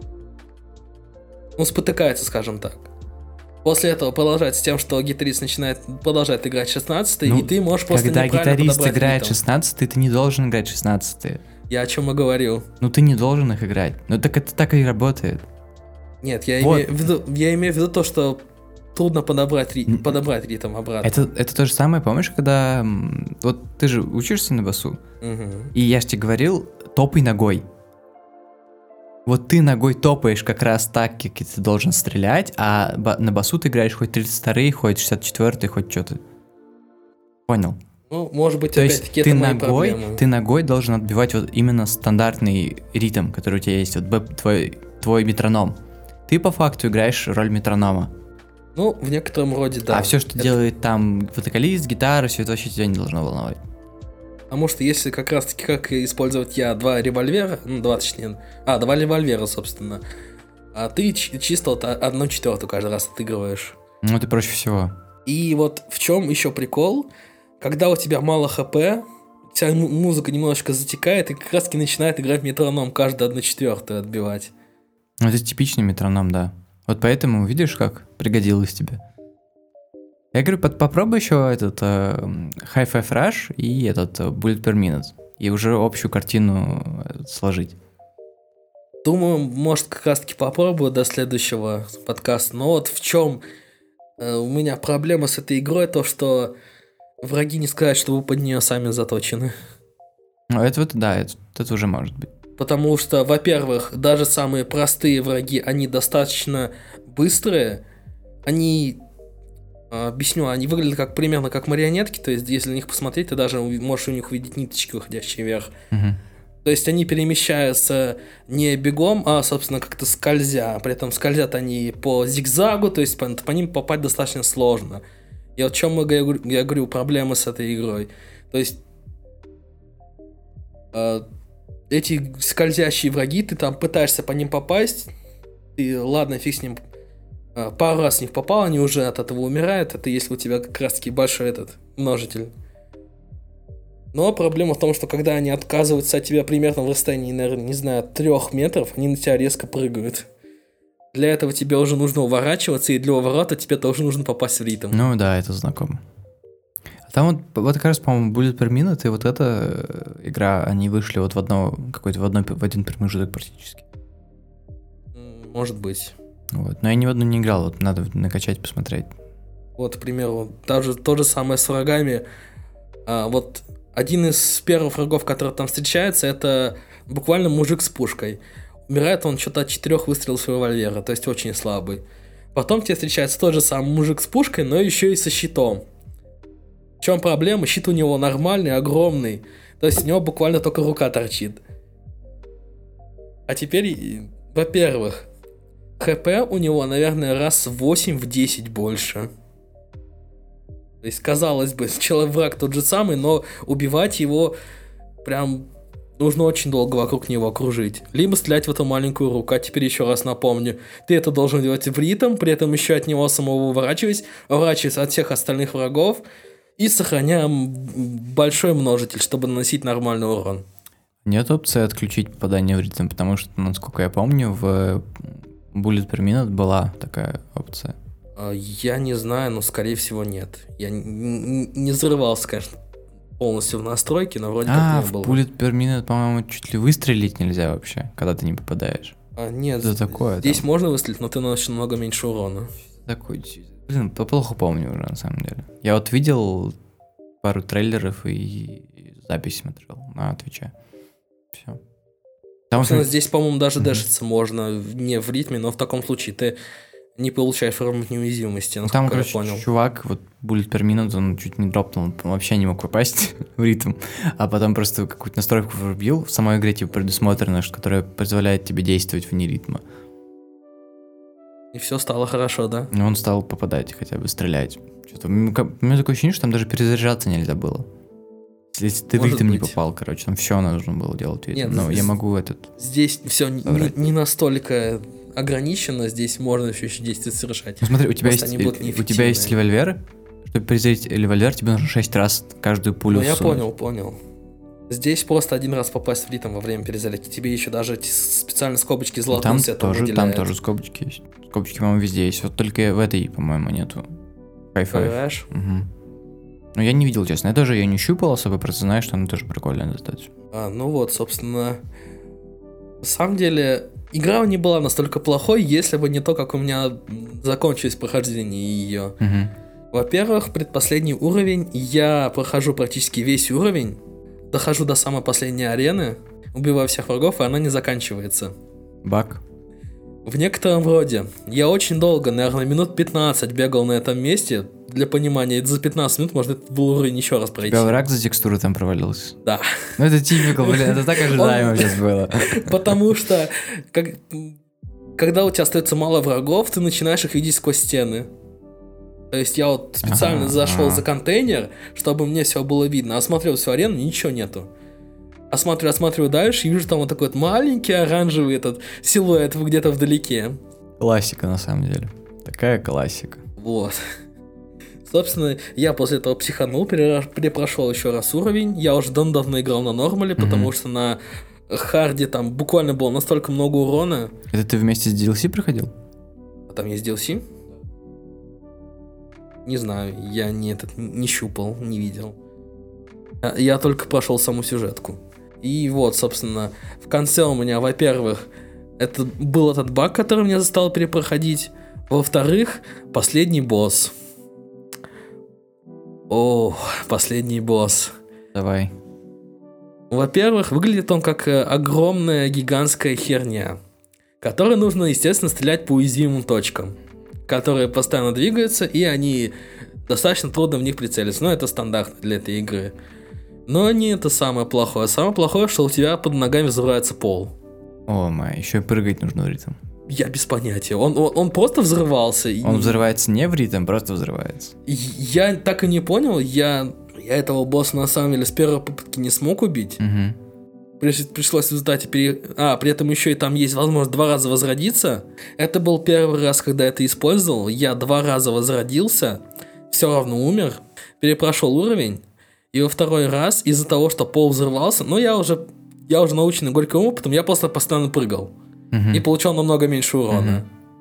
Ну, спотыкается, скажем так. После этого продолжается с тем, что гитарист начинает продолжать играть шестнадцатый, ну, и ты можешь просто когда неправильно гитарист подобрать играет ритм. шестнадцатый, ты не должен играть шестнадцатый. Я о чем и говорил. Ну, ты не должен их играть. Ну, так это так и работает. Нет, я, вот. имею, в виду, я имею в виду то, что трудно подобрать, ри... подобрать ритм обратно. Это, это то же самое, помнишь, когда... Вот ты же учишься на басу, угу. и я же тебе говорил, топай ногой. Вот ты ногой топаешь как раз так, как ты должен стрелять, а на басу ты играешь хоть тридцать второй, хоть шестьдесят четвёртый, хоть что-то. Понял? Ну, может быть, то опять-таки есть это ты мои ногой, проблемы. ты ногой должен отбивать вот именно стандартный ритм, который у тебя есть, вот твой, твой метроном. Ты по факту играешь роль метронома. Ну, в некотором роде, да. А все, что это... делает там вокалист, гитара, все это вообще тебя не должно волновать. Потому что если как раз-таки как использовать я два револьвера, ну, два точнее, а, два револьвера, собственно, а ты ч- чисто вот одну четвертую каждый раз отыгрываешь. Ну, это проще всего. И вот в чем еще прикол, когда у тебя мало хп, вся музыка немножечко затекает, и как раз-таки начинает играть метроном, каждую одну четвертую отбивать. Ну, это типичный метроном, да. Вот поэтому, видишь, как пригодилось тебе. Я говорю, под, попробуй еще этот э, Hi-Fi Rush и этот э, Bullet Per Minute, и уже общую картину э, сложить. Думаю, может, как раз-таки попробую до следующего подкаста. Но вот в чем э, у меня проблема с этой игрой, то что враги не сказать, что вы под нее сами заточены. Ну, это вот, да, это, это уже может быть. Потому что, во-первых, даже самые простые враги, они достаточно быстрые. Они, объясню, они выглядят как примерно как марионетки. То есть, если на них посмотреть, ты даже можешь у них увидеть ниточки, уходящие вверх. Угу. То есть, они перемещаются не бегом, а, собственно, как-то скользя. При этом скользят они по зигзагу, то есть, по, по ним попасть достаточно сложно. И вот в чем я говорю, я говорю, проблемы с этой игрой. То есть, э, эти скользящие враги, ты там пытаешься по ним попасть, ты, ладно, фиг с ним, э, пару раз в них попал, они уже от этого умирают, это если у тебя как раз-таки большой этот множитель. Но проблема в том, что когда они отказываются от тебя примерно в расстоянии, наверное, не знаю, трех метров, они на тебя резко прыгают. Для этого тебе уже нужно уворачиваться, и для уворота тебе тоже нужно попасть в ритм. Ну да, это знакомо. А там вот, вот как раз, по-моему, Bullet per Minute, и вот эта игра, они вышли вот в одно, какой-то в, одно, в один промежуток практически. Может быть. Вот. Но я ни в одну не играл, вот надо накачать, посмотреть. Вот, к примеру, даже то же самое с врагами. А, вот один из первых врагов, который там встречается, это буквально мужик с пушкой. Умирает он что-то от четырех выстрелов с револьвера, то есть очень слабый. Потом тебе встречается тот же самый мужик с пушкой, но еще и со щитом. В чем проблема? Щит у него нормальный, огромный. То есть у него буквально только рука торчит. А теперь, во-первых, ХП у него, наверное, раз в восемь-десять больше. То есть, казалось бы, человек враг тот же самый, но убивать его прям... нужно очень долго вокруг него окружить. Либо стрелять в эту маленькую руку. А теперь еще раз напомню. Ты это должен делать в ритм, при этом еще от него самого уворачиваясь, уворачиваясь от всех остальных врагов и сохраняя большой множитель, чтобы наносить нормальный урон. Нет опции отключить попадание в ритм, потому что, насколько я помню, в Bullet per Minute была такая опция. Я не знаю, но скорее всего нет. Я не, не зарывался, конечно, полностью в настройки, но вроде а, как не было. А, в Bullet per Minute, по-моему, чуть ли выстрелить нельзя вообще, когда ты не попадаешь. А, нет, это такое, здесь там? Можно выстрелить, но ты наносишь намного меньше урона. Такой, блин, плохо помню уже, на самом деле. Я вот видел пару трейлеров и запись смотрел на Твиче. Все. Там, здесь, по-моему, даже mm-hmm. дэшиться можно не в ритме, но в таком случае ты не получаешь форму неуязвимости, насколько там, я короче, понял. Чувак, вот Bullet per Minute, он чуть не дропнул, он вообще не мог попасть в ритм, а потом просто какую-то настройку врубил. В самой игре типа предусмотрено, которая позволяет тебе действовать вне ритма. И все стало хорошо, да? И он стал попадать, хотя бы стрелять. Что-то, у меня такое ощущение, что там даже перезаряжаться нельзя было. Если ты Может в ритм не быть. попал, короче, там все нужно было делать. Нет, но здесь, я могу этот... Здесь все не, не настолько ограничено, здесь можно еще, еще действия совершать. Ну, смотри, у тебя, есть, у тебя есть револьвер. Чтобы перезарядить револьвер, тебе нужно шесть раз каждую пулю Ну, я сунуть. понял, понял. Здесь просто один раз попасть в ритм во время перезарядки. Тебе еще даже эти специально скобочки золотые там цветом тоже, выделяют. Там тоже скобочки есть. Скобочки, по-моему, везде есть. Вот только в этой, по-моему, нету. Понимаешь? Угу. Ну, я не видел, честно. Я тоже ее не щупал особо, просто знаю, что она тоже прикольная достаточно. А, ну вот, собственно... На самом деле, игра не была настолько плохой, если бы не то, как у меня закончилось прохождение ее. Угу. Во-первых, предпоследний уровень, я прохожу практически весь уровень, дохожу до самой последней арены, убиваю всех врагов, и она не заканчивается. Баг? В некотором роде. Я очень долго, наверное, минут пятнадцать бегал на этом месте. Для понимания, за пятнадцать минут можно этот уровень еще раз пройти. У тебя враг за текстуры там провалился? Да. Ну это типика, блин, это так ожидаемо сейчас было. Потому что, как, когда у тебя остается мало врагов, ты начинаешь их видеть сквозь стены. То есть я вот специально ага, зашел ага. за контейнер, чтобы мне все было видно. Осмотрел всю арену, ничего нету. Осматриваю, осматриваю дальше и вижу там вот такой вот маленький оранжевый этот силуэт где-то вдалеке. Классика, на самом деле. Такая классика. Вот. Собственно, я после этого психанул, перепрошел еще раз уровень. Я уже давно играл на нормале, mm-hmm. потому что на харде там буквально было настолько много урона. Это ты вместе с ди эл си проходил? А там есть ди эл си? Не знаю, я не, этот, не щупал, не видел. Я только прошел саму сюжетку. И вот, собственно, в конце у меня, во-первых, это был этот баг, который меня заставил перепроходить. Во-вторых, последний босс. О, последний босс. Давай. Во-первых, выглядит он как э, огромная гигантская херня, которой нужно, естественно, стрелять по уязвимым точкам, которые постоянно двигаются, и они достаточно трудно в них прицелиться. Но это стандартно для этой игры. Но не это самое плохое. Самое плохое, что у тебя под ногами взрывается пол. О май, еще и прыгать нужно в ритм. Я без понятия. Он, он, он просто взрывался. Он и... взрывается не в ритм, просто взрывается. Я так и не понял. Я, я этого босса на самом деле с первой попытки не смог убить. Угу. Пришлось в результате пере... А, при этом еще и там есть возможность два раза возродиться. Это был первый раз, когда это использовал. Я два раза возродился, все равно умер, перепрошел уровень. И во второй раз из-за того, что пол взрывался, ну я уже, я уже наученный горьким опытом, я просто постоянно прыгал. Угу. И получал намного меньше урона.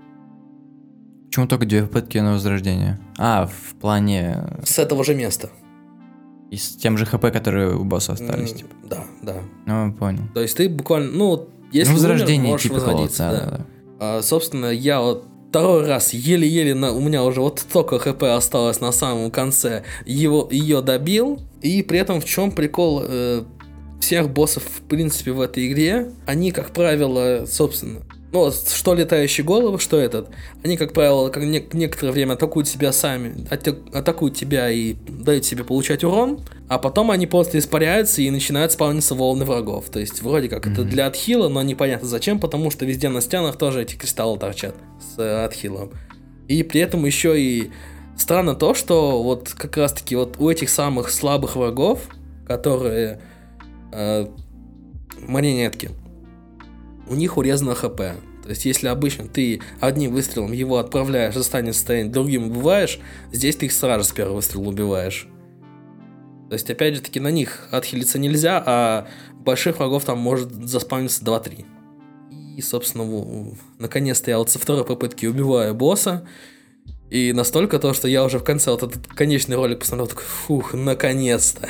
Угу. Почему только две попытки на возрождение? А, в плане... С этого же места. И с тем же ХП, которые у босса остались, Mm, типа. Да, да. Ну, понял. То есть ты буквально, ну, если ну, возрождение, умер, можешь типа, возродиться. да, Да. да, да. А, собственно, я вот второй раз еле-еле, на, у меня уже вот столько ХП осталось на самом конце, его, ее добил, и при этом в чем прикол э, всех боссов, в принципе, в этой игре, они, как правило, собственно, ну, что летающие головы, что этот, они, как правило, как не, некоторое время атакуют себя сами, атакуют тебя и дают себе получать урон, а потом они просто испаряются и начинают спавниться волны врагов. То есть, вроде как, mm-hmm. это для отхила, но непонятно зачем, потому что везде на стенах тоже эти кристаллы торчат с э, отхилом. И при этом еще и странно то, что вот как раз-таки вот у этих самых слабых врагов, которые э, марионетки, у них урезано ХП. То есть, если обычно ты одним выстрелом его отправляешь в застанное состояние, другим убиваешь, здесь ты их сразу с первого выстрела убиваешь. То есть, опять же таки, на них отхилиться нельзя, а больших врагов там может заспавниться два-три. И, собственно, наконец-то я вот со второй попытки убиваю босса. И настолько то, что я уже в конце вот этот конечный ролик посмотрел, такой, фух, наконец-то.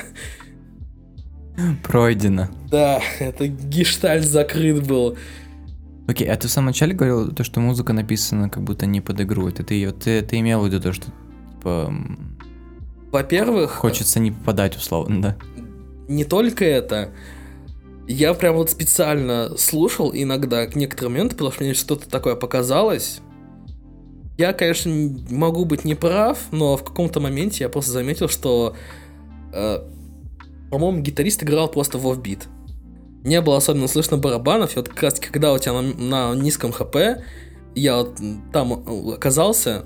Пройдено. Да, это гештальт закрыт был. Окей, а ты в самом начале говорил, то, что музыка написана как будто не под игру. Это ты, ты, ты имел в виду то, что типа... Во-первых... Хочется не попадать условно, да? Не только это. Я прям вот специально слушал иногда некоторые моменты, потому что мне что-то такое показалось. Я, конечно, могу быть неправ, но в каком-то моменте я просто заметил, что... Э, по-моему, гитарист играл просто в офбит. Не было особенно слышно барабанов, и вот как раз когда у тебя на, на низком ХП, я вот там оказался,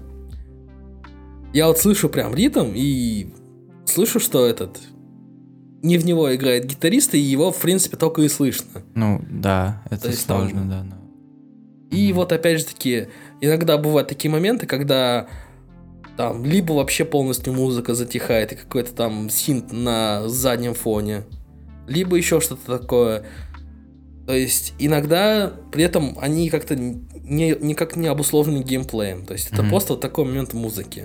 я вот слышу прям ритм, и слышу, что этот, не в него играет гитарист, и его, в принципе, только и слышно. Ну, да, это То есть сложно, там... да. Но... И mm-hmm. вот, опять же таки, иногда бывают такие моменты, когда там либо вообще полностью музыка затихает, и какой-то там синт на заднем фоне, либо еще что-то такое. То есть иногда при этом они как-то не, никак не обусловлены геймплеем. То есть это mm-hmm. просто вот такой момент музыки.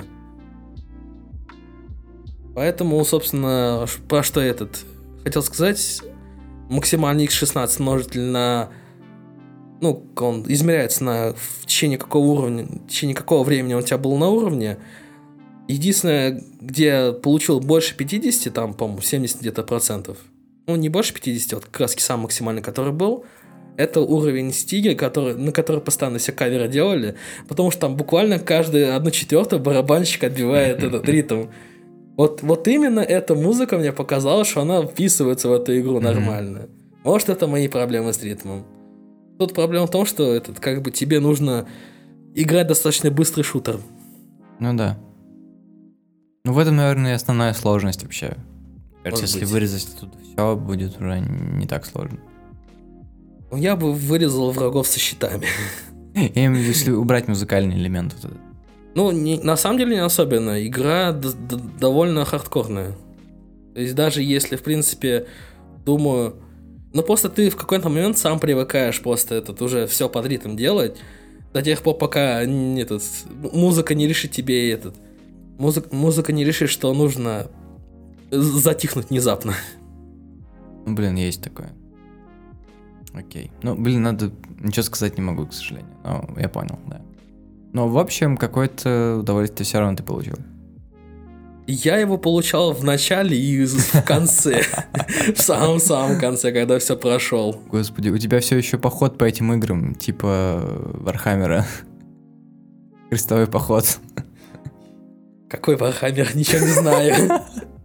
Поэтому, собственно, про что этот хотел сказать, максимальный икс шестнадцать множитель на... Ну, он измеряется на в течение какого уровня, в течение какого времени он у тебя был на уровне. Единственное, где получил больше пятьдесят, там, по-моему, семьдесят где-то процентов, ну, не больше пятьдесят, вот как раз сам максимальный, который был, это уровень Стиги, который, на который постоянно все каверы делали, потому что там буквально каждый одну четвертую барабанщик отбивает этот ритм. Вот, вот именно эта музыка мне показала, что она вписывается в эту игру нормально. Может, это мои проблемы с ритмом. Тут проблема в том, что этот, как бы тебе нужно играть достаточно быстрый шутер. Ну да. Ну в этом, наверное, и основная сложность вообще. Кажется, если быть. Вырезать тут все, будет уже не так сложно. Я бы вырезал врагов со щитами. Я имею в виду, если убрать музыкальный элемент. Вот ну, не, на самом деле не особенно. Игра д- д- довольно хардкорная. То есть даже если, в принципе, думаю... Ну, просто ты в какой-то момент сам привыкаешь просто этот уже все под ритм делать, до тех пор, пока этот, музыка не решит тебе этот... Музыка, музыка не решит, что нужно затихнуть внезапно. Ну, блин, есть такое. Окей. Ну, блин, надо... Ничего сказать не могу, к сожалению. Но я понял, да. Но, в общем, какое-то удовольствие все равно ты получил. Я его получал в начале и в конце. В самом-самом конце, когда все прошел. Господи, у тебя все еще поход по этим играм, типа Вархаммера. Крестовый поход. Какой Вархаммер? Ничего не знаю.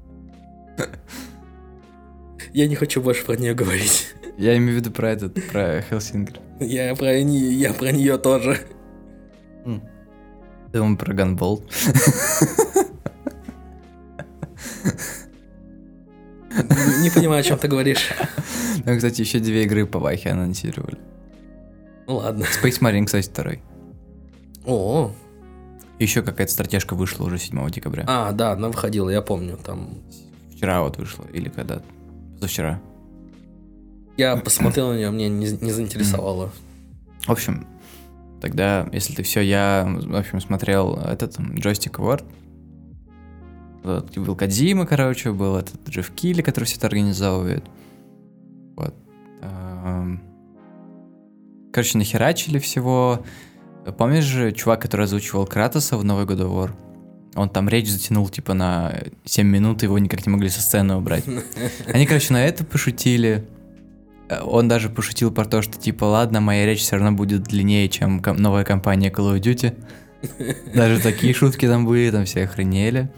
Я не хочу больше про нее говорить. Я имею в виду про этот, про Хелсингер. Я про, не, я про нее тоже. Думаю про Ганболт. Не, не понимаю, о чем ты говоришь. Ну, кстати, еще две игры по Вахе анонсировали. Ну ладно. Space Marine, кстати, второй. О. Еще какая-то стратежка вышла уже седьмого декабря. А, да, она выходила, я помню. Там. Вчера вот вышла, или когда? Позавчера. Я посмотрел на нее, мне не, не заинтересовало. В общем, тогда, если ты все, я, в общем, смотрел этот Joystick Award. Вот, был Кодзима, короче, был этот Джефф Килли, который все это организовывает. Вот. Короче, нахерачили всего. Помнишь же, чувак, который озвучивал Кратоса в Новый God of War? Он там речь затянул, типа, на семь минут, его никак не могли со сцены убрать. Они, короче, на это пошутили. Он даже пошутил про то, что, типа, ладно, моя речь все равно будет длиннее, чем ком- новая кампания Call of Duty. Даже такие шутки там были, там все охренели.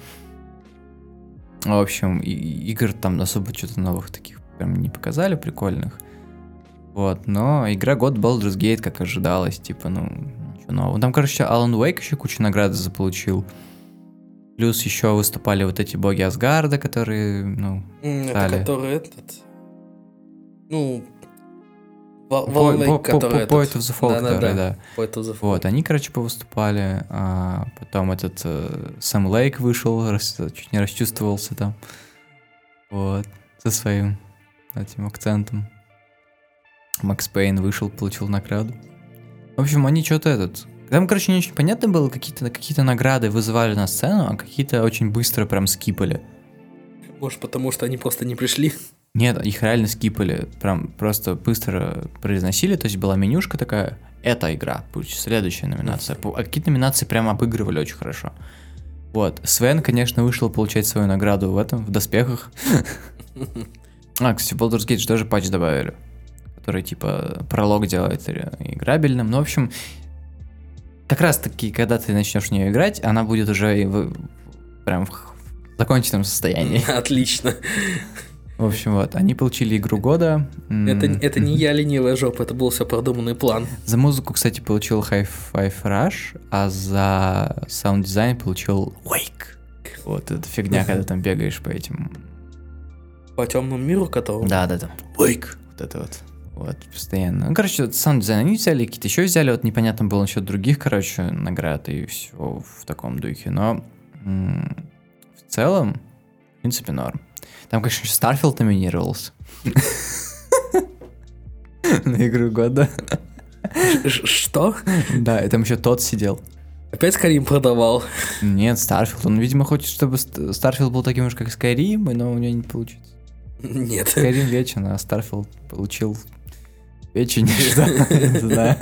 В общем, и- игр там особо что-то новых таких прям не показали, прикольных. Вот, но игра год Baldur's Gate, как ожидалось, типа, ну, ничего нового. Там, короче, Alan Wake еще кучу наград заполучил. Плюс еще выступали вот эти боги Асгарда, которые, ну, Это стали... который этот... Ну... По- Вал по- Лейк, по- который по- этот. Poet of the Fall, который, да. Poet of the Fall. Вот, они, короче, повыступали. А потом этот э, Сэм Лейк вышел, рас- чуть не расчувствовался там. Вот, со своим этим акцентом. Макс Пейн вышел, получил награду. В общем, они что-то этот... Там, короче, не очень понятно было, какие-то, какие-то награды вызывали на сцену, а какие-то очень быстро прям скипали. Может, потому что они просто не пришли? Нет, их реально скипали, прям просто быстро произносили, то есть была менюшка такая, эта игра, пусть следующая номинация. А какие-то номинации прям обыгрывали очень хорошо. Вот, Свен, конечно, вышел получать свою награду в этом, в доспехах. А, кстати, в Baldur's Gate же тоже патч добавили, который, типа, пролог делает играбельным. Ну, в общем, как раз таки, когда ты начнешь в нее играть, она будет уже в, прям в законченном состоянии. Отлично. В общем, вот, они получили игру года. Это, это не я ленивая жопа, это был все продуманный план. За музыку, кстати, получил Hi-Fi Rush, а за саунд-дизайн получил Wake. Вот, эта фигня, когда там бегаешь по этим... По темному миру, которого? Да, да, да. Wake. Вот это вот. Вот, постоянно. Ну, короче, саунд-дизайн они взяли, какие-то еще взяли, вот непонятно было насчет других, короче, наград и все в таком духе, но м- в целом, в принципе, норм. Там, конечно, еще Starfield номинировался. На игру года. Что? Да, и там еще тот сидел. Опять Skyrim продавал? Нет, Starfield. Он, видимо, хочет, чтобы Starfield был таким же, как Skyrim, но у него не получится. Нет. Skyrim вечен, а Starfield получил печень, что да.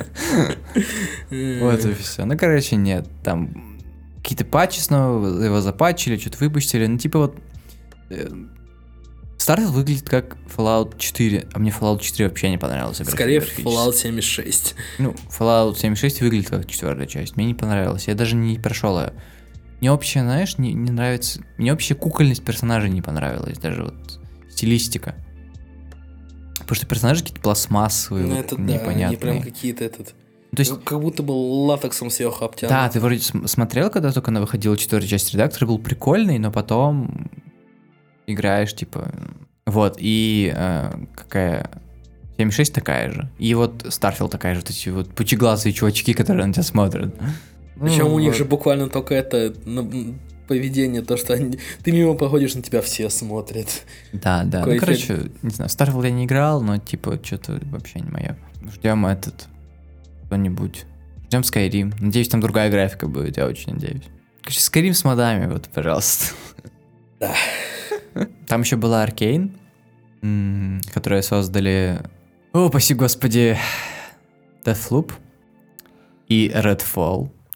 Вот и все. Ну, короче, нет. Там какие-то патчи снова его запатчили, что-то выпустили. Ну, типа вот... Starfield выглядит как Fallout четыре, а мне Fallout четыре вообще не понравился. Скорее Fallout семьдесят шесть. Ну, Fallout семьдесят шесть выглядит как четвертая часть. Мне не понравилось. Я даже не прошел ее. Мне общая, знаешь, не, не нравится... Мне общая кукольность персонажей не понравилась. Даже вот стилистика. Потому что персонажи какие-то пластмассовые, Ну, вот, это да, непонятные. они прям какие-то этот... То есть... Ну, как будто бы латексом сверху обтянут. Да, ты вроде смотрел, когда только она выходила четвертая часть редактора, был прикольный, но потом играешь, типа... Вот, и э, какая... семьдесят шесть такая же. И вот Starfield такая же, вот эти вот пучеглазые чувачки, которые на тебя смотрят. Причем ну, у них вот. же буквально только это ну, поведение, то, что они, ты мимо проходишь, на тебя все смотрят. Да, да. Какой Ну, короче, эффект. не знаю, в Starfield я не играл, но типа что-то вообще не мое. Ждем этот кто-нибудь. Ждем Skyrim. Надеюсь, там другая графика будет, я очень надеюсь. Короче, Skyrim с модами, вот, пожалуйста. Да. Там еще была Arcane, м, которую создали... О, спаси господи, Deathloop и Redfall.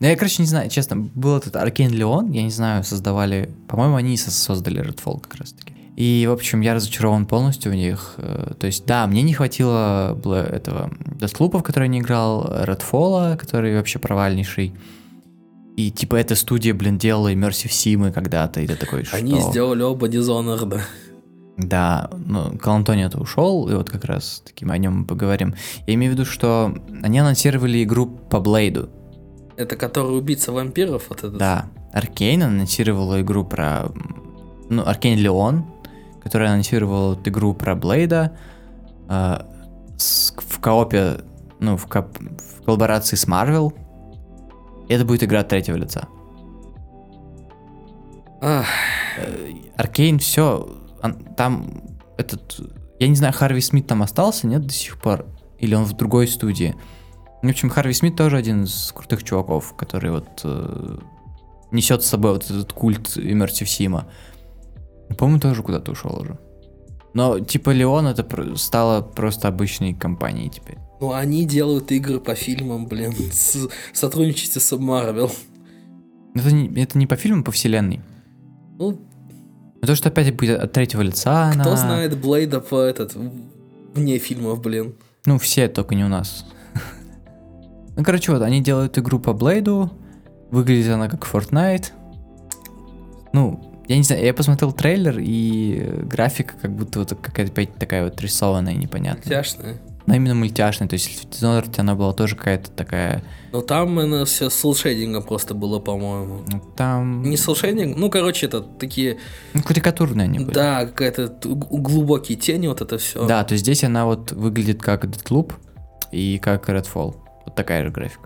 Ну, я, короче, не знаю, честно, был этот Arcane Leon, я не знаю, создавали, по-моему, они со- создали Redfall как раз-таки. И, в общем, я разочарован полностью в них. Э, То есть, да, мне не хватило было этого Deathloop, в который я не играл, Redfall, который вообще провальнейший. И, типа, эта студия, блин, делала Immersive Sim когда-то, и ты такой, что? Они сделали оба Dishonored. Да, ну, Кал Антонио-то ушел, и вот как раз таки мы о нем поговорим. Я имею в виду, что они анонсировали игру по Блейду. Это который убийца вампиров? Вот этот? Да, Аркейн анонсировала игру про... Ну, Аркейн Леон, которая анонсировала вот игру про Блейда э, с- в коопе, ну, в, коп- в коллаборации с Marvel. И это будет игра от третьего лица. Ах, Аркейн, все, там этот... Я не знаю, Харви Смит там остался, нет, до сих пор? Или он в другой студии? В общем, Харви Смит тоже один из крутых чуваков, который вот э, несет с собой вот этот культ Immersive Sim. По-моему, тоже куда-то ушел уже. Но типа Леон это пр- стало просто обычной компанией теперь. ну они делают игры по фильмам, блин, с сотрудничестве с Marvel. Это не, это не по фильму, по вселенной. Ну, Но то, что опять будет от третьего лица, кто она... знает Блейда по этот, вне фильмов, блин. Ну, все, только не у нас. Ну, короче, вот, они делают игру по Блейду, выглядит она как Fortnite. Ну, я не знаю, я посмотрел трейлер, и графика как будто вот какая-то опять такая вот рисованная, непонятная. Тяжная. Но именно мультяшная, то есть в Dishonored она была тоже какая-то такая... Но там она все с селшейдингом просто было, по-моему. Ну, там... Не селшейдинг, ну, короче, это такие... Ну, карикатурные они были. Да, какая-то т- глубокие тени, вот это все. Да, то есть здесь она вот выглядит как Deathloop и как Redfall. Вот такая же графика.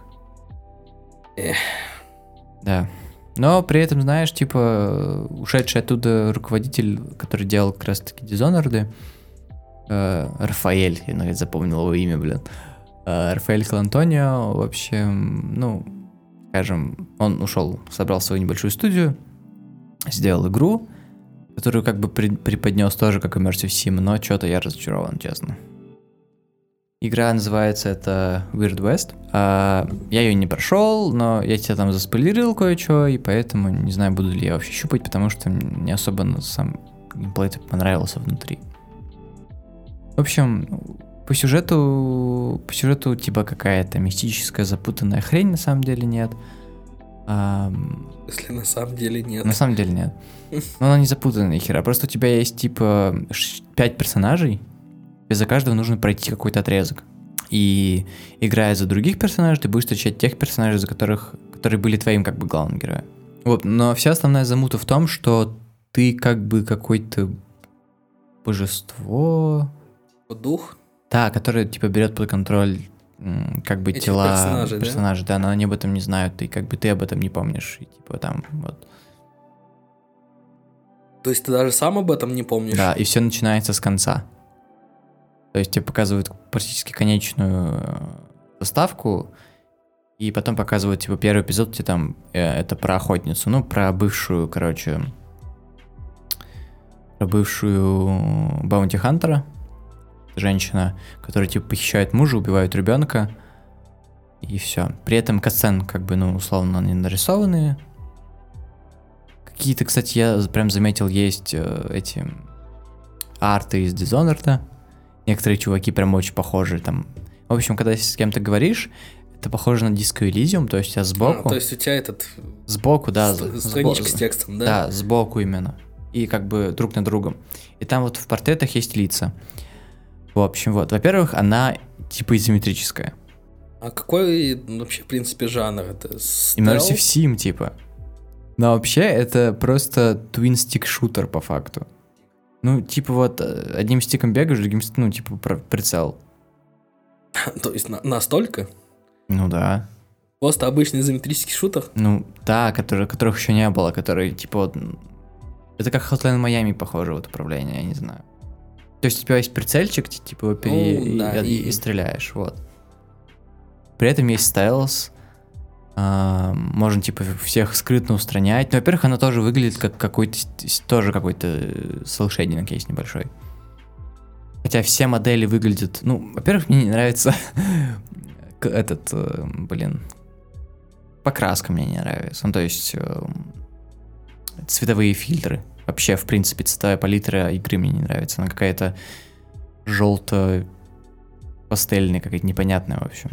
Эх. Да. Но при этом, знаешь, типа, ушедший оттуда руководитель, который делал как раз-таки Dishonored, э, Рафаэль, я наконец запомнил его имя, блин. Э, Рафаэль Калантонио, в общем, ну, скажем, он ушел, собрал свою небольшую студию, сделал игру, которую как бы при- преподнес тоже как Immersive Sim, но что-то я разочарован, честно. Игра называется это Weird West. А, я ее не прошел, но я тебе там заспойлерил кое-что, и поэтому не знаю, буду ли я вообще щупать, потому что не особо ну, сам геймплей понравился внутри. В общем, по сюжету, по сюжету типа какая-то мистическая запутанная хрень, на самом деле нет. А, Если на самом деле нет. на самом деле нет. Но она не запутанная хера. Просто у тебя есть типа пять персонажей, и за каждого нужно пройти какой-то отрезок. И играя за других персонажей, ты будешь встречать тех персонажей, за которых, которые были твоим как бы главным героем. Вот, но вся основная замута в том, что ты как бы какое-то божество, Дух? да, которое типа берет под контроль м, как бы Этих тела персонажей, да? персонажей, да? но они об этом не знают, и как бы ты об этом не помнишь, и типа там вот. То есть ты даже сам об этом не помнишь? Да, и все начинается с конца. То есть тебе показывают практически конечную э, заставку, и потом показывают, типа, первый эпизод, где там э, это про охотницу, ну, про бывшую, короче, про бывшую баунти хантера, женщина, которая, типа, похищает мужа, убивает ребенка, и все. При этом катсцен, как бы, ну, условно, не нарисованные. Какие-то, кстати, я прям заметил, есть э, эти арты из Dishonored. Некоторые чуваки прям очень похожи там. В общем, когда с кем-то говоришь, это похоже на Disco Elysium, то есть у тебя сбоку... А, то есть у тебя этот... Сбоку, да. ст- с- страничка сбо- с текстом, да? Да, сбоку именно. И как бы друг на другом. И там вот в портретах есть лица. В общем, вот. Во-первых, она типа изометрическая. А какой вообще, в принципе, жанр? Это Immersive стелс? Sim, типа. Но вообще это просто твин-стик-шутер по факту. Ну, типа вот э, одним стиком бегаешь, другим, ст- ну, типа про- прицел. То есть на- настолько? Ну да. Просто обычный изометрический шутер? Ну, да, которые, которых еще не было, которые, типа, вот... м, Это как Hotline Miami похоже, вот управление, я не знаю. То есть у тебя есть прицельчик, ты, типа, его пере- Ну, и, да, и- и- и стреляешь, вот. При этом есть стелс, а, можно, типа, всех скрытно устранять. Ну, во-первых, она тоже выглядит как какой-то, с- тоже какой-то селшейдинг есть небольшой. Хотя все модели выглядят... Ну, во-первых, мне не нравится к- этот, э, блин... покраска мне не нравится. Ну, то есть э, цветовые фильтры. Вообще, в принципе, цветовая палитра игры мне не нравится. Она какая-то желто-пастельная, какая-то непонятная, в общем.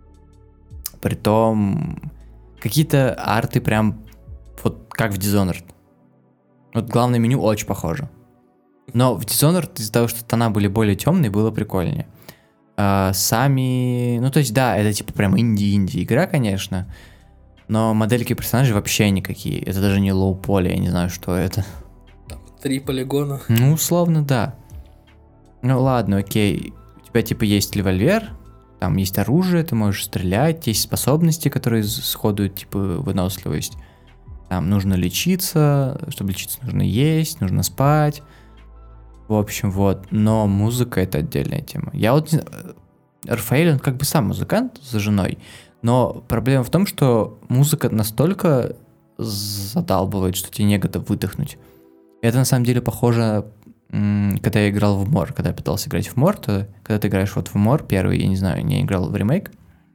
Притом какие-то арты прям вот как в Dishonored. Вот главное меню очень похоже. Но в Dishonored из-за того, что тона были более темные, было прикольнее. А сами... Ну, то есть, да, это типа прям инди-инди игра, конечно. Но модельки персонажей вообще никакие. Это даже не лоу-поли, я не знаю, что это. Там три полигона. Ну, условно, да. Ну, ладно, окей. У тебя типа есть револьвер, там есть оружие, ты можешь стрелять, есть способности, которые сходу типа выносливость. Там нужно лечиться, чтобы лечиться нужно есть, нужно спать. В общем, вот. Но музыка — это отдельная тема. Я вот не знаю, Рафаэль, он как бы сам музыкант за женой, но проблема в том, что музыка настолько задалбывает, что тебе негодно выдохнуть. И это на самом деле похоже, когда я играл в Мор, когда я пытался играть в Мор, то когда ты играешь вот в Мор первый, я не знаю, не играл в ремейк,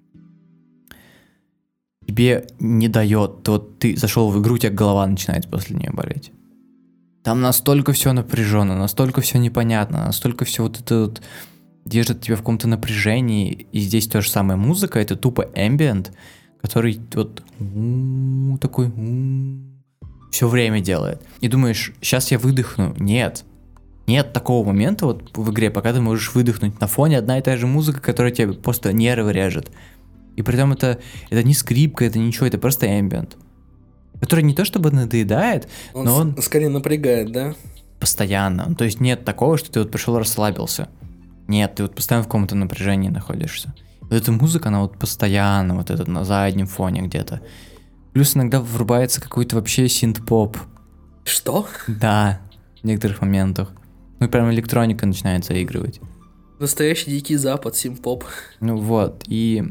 тебе не дает, вот ты зашел в игру, у тебя голова начинает после нее болеть. Там настолько все напряженно, настолько все непонятно, настолько все вот это вот держит тебя в каком-то напряжении. И здесь то же самое музыка, это тупо ambient, который вот такой все время делает. И думаешь, сейчас я выдохну. Нет. Нет такого момента вот в игре, пока ты можешь выдохнуть. На фоне одна и та же музыка, которая тебе просто нервы режет. И при этом это, это не скрипка, это ничего, это просто ambient. Который не то чтобы надоедает, он но он... скорее напрягает, да? Постоянно. То есть нет такого, что ты вот пришел расслабился. Нет, ты вот постоянно в каком-то напряжении находишься. Вот эта музыка, она вот постоянно, вот этот на заднем фоне где-то. Плюс иногда врубается какой-то вообще синт-поп. Что? Да, в некоторых моментах. Ну, прям электроника начинает заигрывать. Настоящий Дикий Запад, синт-поп. Ну вот, и...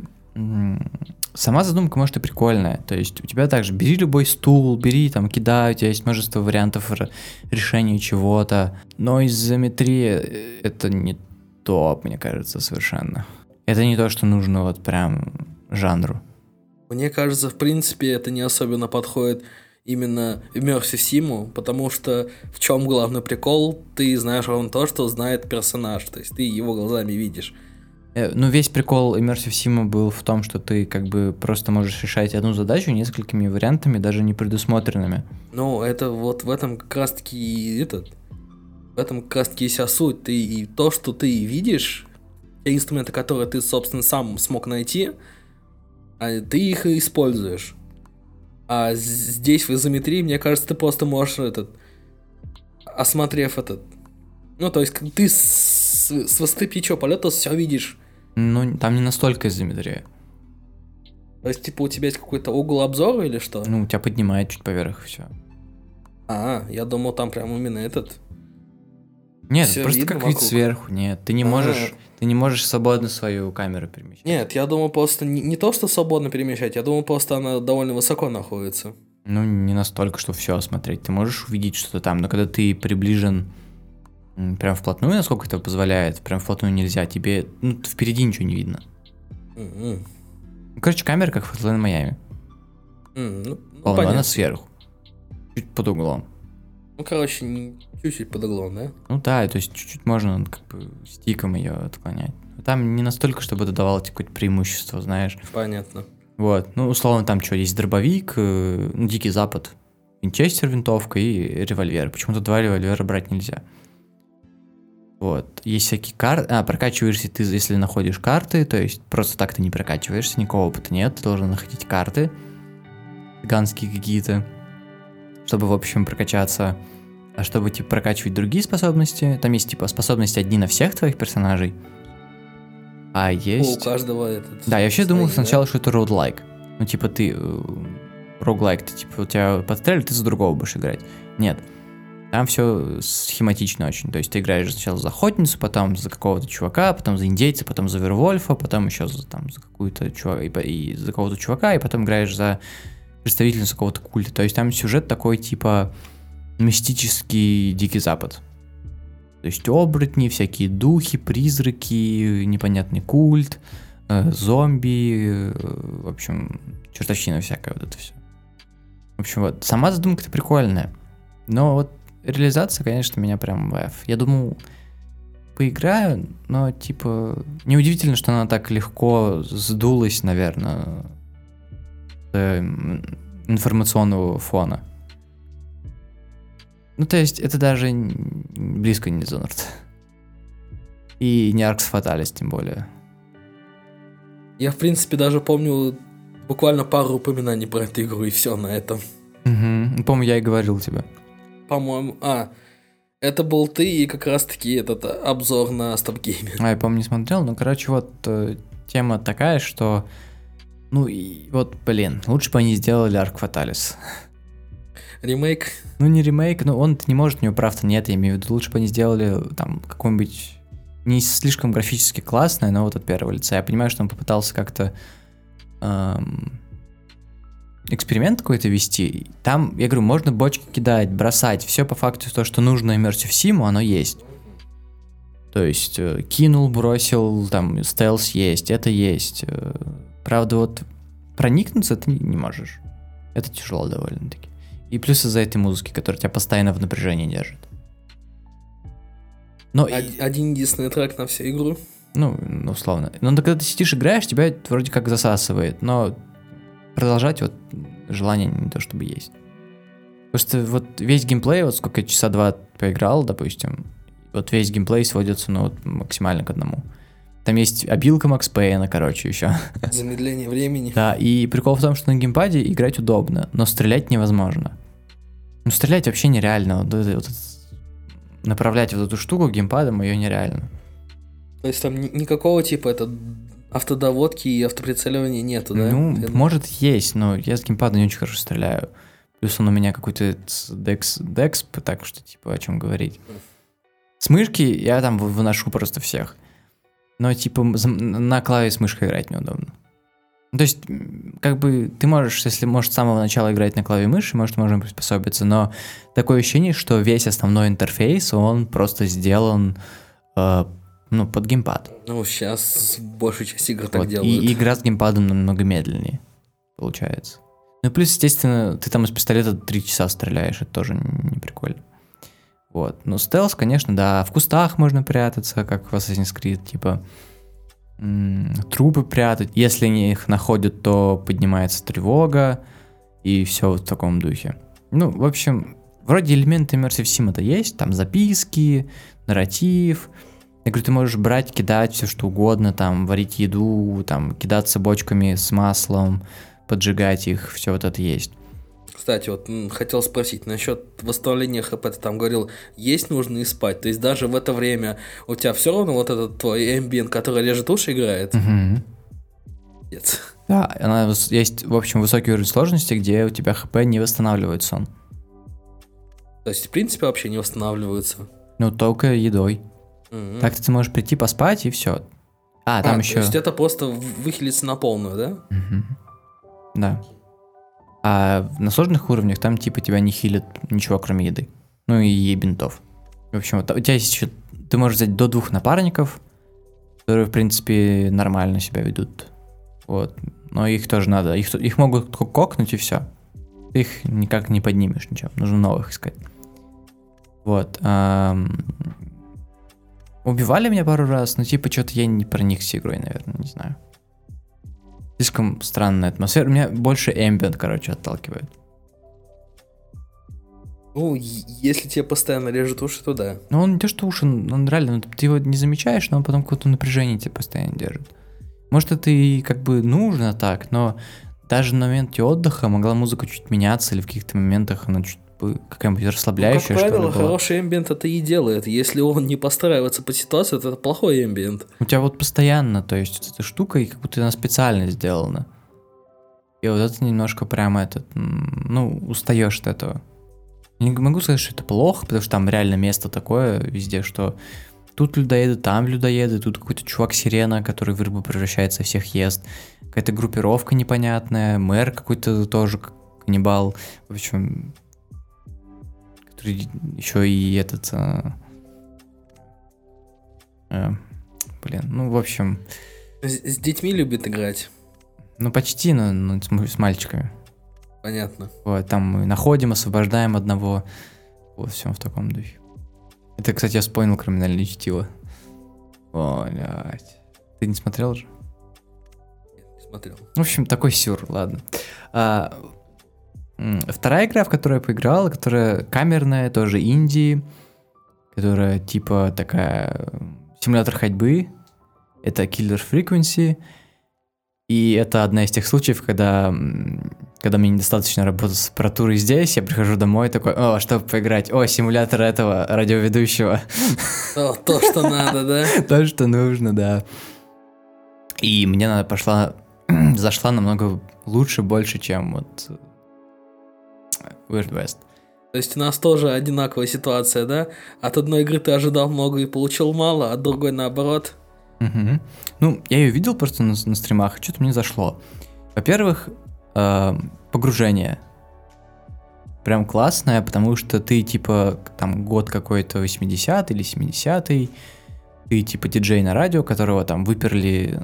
Сама задумка, может, и прикольная. То есть у тебя также бери любой стул, бери, там, кидай, у тебя есть множество вариантов решения чего-то. Но изометрия — это не то, мне кажется, совершенно. Это не то, что нужно вот прям жанру. Мне кажется, в принципе, это не особенно подходит именно Immersive Sim, потому что в чем главный прикол? Ты знаешь ровно то, что знает персонаж, то есть ты его глазами видишь. Ну, весь прикол Immersive Sim был в том, что ты как бы просто можешь решать одну задачу несколькими вариантами, даже не предусмотренными. Ну, это вот в этом как раз-таки этот... В этом как раз-таки вся суть. Ты, и то, что ты видишь, те инструменты, которые ты, собственно, сам смог найти, ты их и используешь. А здесь в изометрии, мне кажется, ты просто можешь этот... Осмотрев этот... Ну, то есть, ты с, с высоты птичьего полета все видишь. Ну, там не настолько изометрия. То есть, типа, у тебя есть какой-то угол обзора или что? Ну, тебя поднимает чуть поверх, и все. А, я думал, там прям именно этот... Нет, всё просто видно как вид вокруг. сверху. Нет, ты не можешь, ты не можешь свободно свою камеру перемещать. Нет, я думал просто не, не то, что свободно перемещать, я думал просто она довольно высоко находится. Ну, не настолько, что все осмотреть. Ты можешь увидеть что-то там, но когда ты приближен м, прям вплотную, насколько это позволяет, прям вплотную нельзя, тебе ну, впереди ничего не видно. Mm-hmm. Ну, короче, камера как в Hotline Miami. Mm, ну, ну, Полно, понятно. она сверху. Чуть под углом. Ну, короче, не- чуть-чуть под углом, да? Ну да, то есть чуть-чуть можно как бы стиком ее отклонять. Но там не настолько, чтобы это давало тебе какое-то преимущество, знаешь. Понятно. Вот, ну, условно, там что, есть дробовик, э, ну, Дикий Запад, винчестер, винтовка и револьвер. Почему-то два револьвера брать нельзя. Вот, есть всякие карты, а, прокачиваешься ты, если находишь карты, то есть просто так ты не прокачиваешься, никакого опыта нет, ты должен находить карты, гигантские какие-то, чтобы, в общем, прокачаться. А чтобы, типа, прокачивать другие способности, там есть, типа, способности одни на всех твоих персонажей, а есть... У каждого этот... Да, я вообще думал свои, сначала, да? что это роудлайк. Ну, типа, ты... Роуглайк, ты, типа, у тебя подстрелили, ты за другого будешь играть. Нет. Там все схематично очень. То есть ты играешь сначала за охотницу, потом за какого-то чувака, потом за индейца, потом за Вервольфа, потом еще за, там, за какую-то чувака, и, и за какого-то чувака, и потом играешь за представительницу какого-то культа. То есть там сюжет такой, типа, мистический Дикий Запад. То есть оборотни, всякие духи, призраки, непонятный культ, э, зомби, э, в общем, чертовщина всякая, вот это все. В общем, вот, сама задумка-то прикольная, но вот реализация, конечно, меня прям вайф. Я думал, поиграю, но, типа, неудивительно, что она так легко сдулась, наверное, с э, информационного фона. Ну, то есть, это даже близко не Dishonored. И не Arx Fatalis, тем более. Я, в принципе, даже помню буквально пару упоминаний про эту игру, и все на этом. Угу. Помню, я и говорил тебе. По-моему, а, это был ты и как раз-таки этот обзор на Stop Gamer. А, я, помню, не смотрел, но, короче, вот э, тема такая, что, ну, и вот, блин, лучше бы они сделали Arx Fatalis. Ремейк? Ну, не ремейк, но он не может, у него прав-то нет, я имею в виду, лучше бы они сделали там какой-нибудь не слишком графически классное, но вот от первого лица. Я понимаю, что он попытался как-то эм, эксперимент какой-то вести. Там, я говорю, можно бочки кидать, бросать, все по факту то, что нужно Immersive Sim, оно есть. То есть э, кинул, бросил, там, стелс есть, это есть. Э, правда, вот проникнуться ты не, не можешь. Это тяжело довольно-таки. И плюс из-за этой музыки, которая тебя постоянно в напряжении держит. Но один единственный трек на всю игру. Ну, условно. Но когда ты сидишь, играешь, тебя вроде как засасывает, но продолжать вот желание не то чтобы есть. Просто вот весь геймплей, вот сколько я часа два поиграл, допустим, вот весь геймплей сводится, ну, вот максимально к одному. Там есть обилка Макс Пейна, короче, еще. Замедление времени. Да, и прикол в том, что на геймпаде играть удобно, но стрелять невозможно. Ну, стрелять вообще нереально. Вот, вот, вот, направлять вот эту штуку геймпадом ее нереально. То есть там ни- никакого типа это автодоводки и автоприцеливания нету, да? Ну, Это... может есть, но я с геймпада не очень хорошо стреляю. Плюс он у меня какой-то декс, декс, так что типа о чем говорить. С мышки я там выношу просто всех. Но типа на клаве с мышкой играть неудобно. То есть, как бы, ты можешь, если можешь с самого начала играть на клаве мыши, может, можно приспособиться, но такое ощущение, что весь основной интерфейс, он просто сделан, э, ну, под геймпад. Ну, сейчас большая часть игр Вот. так делают. И игра с геймпадом намного медленнее получается. Ну, плюс, естественно, ты там из пистолета три часа стреляешь, это тоже не прикольно. Вот. Но стелс, конечно, да, в кустах можно прятаться, как в Assassin's Creed, типа... трупы прятать. Если они их находят, то поднимается тревога и все вот в таком духе. Ну, в общем, вроде элементы Immersive Sim это есть, там записки, нарратив. Я говорю, ты можешь брать, кидать все что угодно, там, варить еду, там, кидаться бочками с маслом, поджигать их, все вот это есть. Кстати, вот м, хотел спросить насчет восстановления ХП. Ты там говорил, есть нужно и спать. То есть даже в это время у тебя все равно вот этот твой эмбиент, который лежит уши, играет? Угу. Нет. Да, она, есть, в общем, высокий уровень сложности, где у тебя ХП не восстанавливает сон. То есть, в принципе, вообще не восстанавливается? Ну, только едой. Угу. Так ты можешь прийти поспать и все. А, там а, еще... То есть это просто выхилится на полную, да? Угу. Да. А на сложных уровнях там типа тебя не хилит ничего, кроме еды. Ну и бинтов. В общем, вот, у тебя есть еще... Ты можешь взять до двух напарников, которые, в принципе, нормально себя ведут. Вот. Но их тоже надо. Их, их могут кокнуть и все. Ты их никак не поднимешь ничего. Нужно новых искать. Вот. Ам... Убивали меня пару раз, но типа что-то я не проник с игрой, наверное, не знаю. Слишком странная атмосфера. Меня больше ambient, короче, отталкивает. Ну, если тебе постоянно режет уши, то да. Ну, он не то, что уши, он реально, ну, ты его не замечаешь, но он потом какое-то напряжение тебе постоянно держит. Может, это и как бы нужно так, но даже на моменте отдыха могла музыка чуть меняться, или в каких-то моментах она чуть какая-нибудь расслабляющая, ну, как правило, что ли, была. Хороший эмбиент это и делает. Если он не подстраивается под ситуацию, то это плохой эмбиент. У тебя вот постоянно, то есть, вот эта штука, и как будто она специально сделана. И вот это немножко прямо этот, ну, устаешь от этого. Не могу сказать, что это плохо, потому что там реально место такое везде, что тут людоеды, там людоеды, тут какой-то чувак-сирена, который в рыбу превращается, всех ест. Какая-то группировка непонятная, мэр какой-то тоже каннибал. В общем, который еще и этот... А, а, блин, ну, в общем... С, с детьми любит играть. Ну, почти, но, но с, с мальчиками. Понятно. Вот, там мы находим, освобождаем одного. Вот, все в таком духе. Это, кстати, я вспомнил «Криминальное чтиво». О, блядь. Ты не смотрел же? Нет, не смотрел. В общем, такой сюр, ладно. А, вторая игра, в которую я поиграл, которая камерная, тоже инди, которая типа такая симулятор ходьбы. Это Killer Frequency. И это одна из тех случаев, когда, когда мне недостаточно работать с аппаратурой здесь, я прихожу домой такой, о, чтобы поиграть, о, симулятор этого радиоведущего. О, то, что надо, да? То, что нужно, да. И мне она пошла, зашла намного лучше, больше, чем вот Weird West. То есть у нас тоже одинаковая ситуация, да? От одной игры ты ожидал много и получил мало, от другой наоборот. Угу. Ну, я ее видел просто на, на стримах, что-то мне зашло. Во-первых, э, погружение. Прям классное, потому что ты, типа, там, год какой-то восьмидесятый или семидесятый, ты, типа, диджей на радио, которого там выперли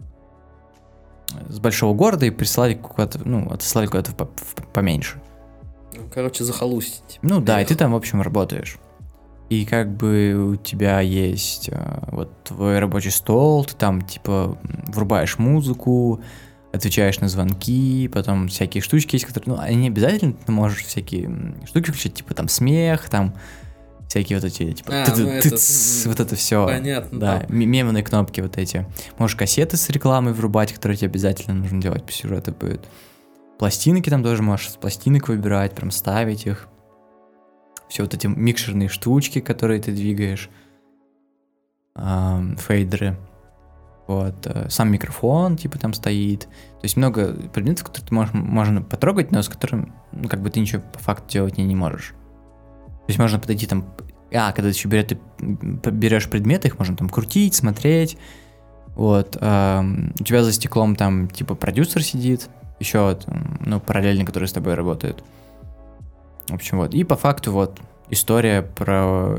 с большого города и прислали куда-то, ну, отослали куда-то в, в, поменьше. Короче, захолустить. Ну да, и ты там, в общем, работаешь. И как бы у тебя есть а, вот твой рабочий стол, ты там типа врубаешь музыку, отвечаешь на звонки, потом всякие штучки есть, которые, ну, они не обязательно, ты можешь всякие штуки включать, типа там смех, там всякие вот эти, типа, а, ты, ну ты, это, ты, вот это все. Понятно. Да, да. мемные кнопки вот эти. Можешь кассеты с рекламой врубать, которые тебе обязательно нужно делать по сюжету будет. Пластинки там тоже можешь с пластинок выбирать, прям ставить их. Все вот эти микшерные штучки, которые ты двигаешь, эм, фейдеры, вот, э, сам микрофон, типа, там стоит, то есть много предметов, которые ты можешь, можно потрогать, но с которым, ну, как бы ты ничего по факту делать не, не можешь. То есть можно подойти там, а, когда ты еще берешь, ты берешь предметы, их можно там крутить, смотреть, вот, эм, у тебя за стеклом там, типа, продюсер сидит, еще, ну, параллельно, который с тобой работает. В общем, вот. И по факту вот история про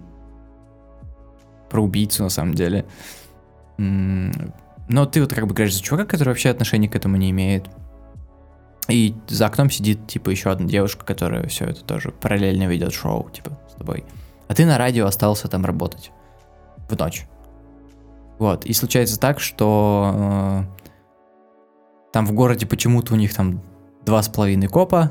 про убийцу, на самом деле. Но ты вот как бы говоришь за чувака, который вообще отношения к этому не имеет. И за окном сидит, типа, еще одна девушка, которая все это тоже параллельно ведет шоу, типа, с тобой. А ты на радио остался там работать в ночь. Вот. И случается так, что э, там в городе почему-то у них там два с половиной копа,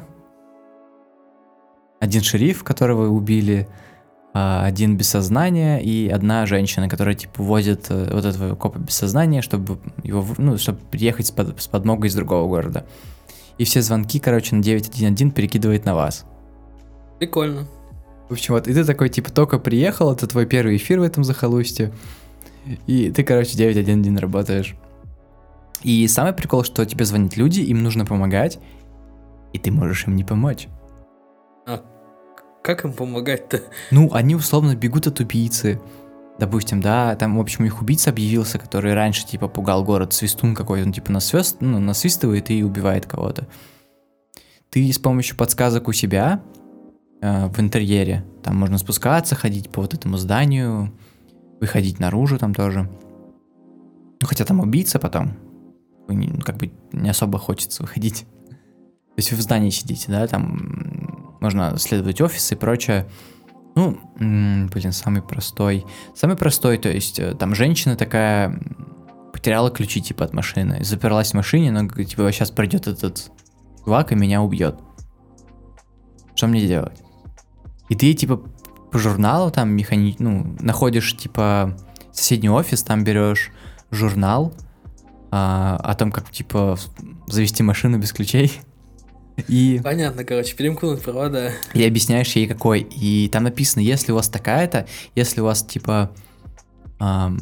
один шериф, которого убили, один без сознания и одна женщина, которая типа возит вот этого копа без сознания, чтобы его, ну, чтобы приехать с, под, с подмогой из другого города. И все звонки, короче, на девять один один перекидывает на вас. Прикольно. В общем, вот, и ты такой, типа, только приехал, это твой первый эфир в этом захолустье, и ты, короче, девять один один работаешь. И самый прикол, что тебе звонят люди, им нужно помогать, и ты можешь им не помочь. А как им помогать-то? Ну, они условно бегут от убийцы. Допустим, да, там, в общем, их убийца объявился, который раньше, типа, пугал город, свистун какой-то, он, типа, насвист, ну, насвистывает и убивает кого-то. Ты с помощью подсказок у себя э, в интерьере, там можно спускаться, ходить по вот этому зданию, выходить наружу там тоже. Ну, хотя там убийца потом, не, как бы не особо хочется выходить. То есть вы в здании сидите, да, там можно исследовать офисы и прочее. Ну, м- блин, самый простой. Самый простой, то есть там женщина такая потеряла ключи, типа, от машины, заперлась в машине, но, типа, сейчас придет этот чувак и меня убьет. Что мне делать? И ты, типа, по журналу там механи... ну, находишь, типа, соседний офис, там берешь журнал а, о том, как, типа, завести машину без ключей. И... Понятно, короче, перемкнуть провода. И объясняешь ей, какой. И там написано, если у вас такая-то, если у вас, типа, эм,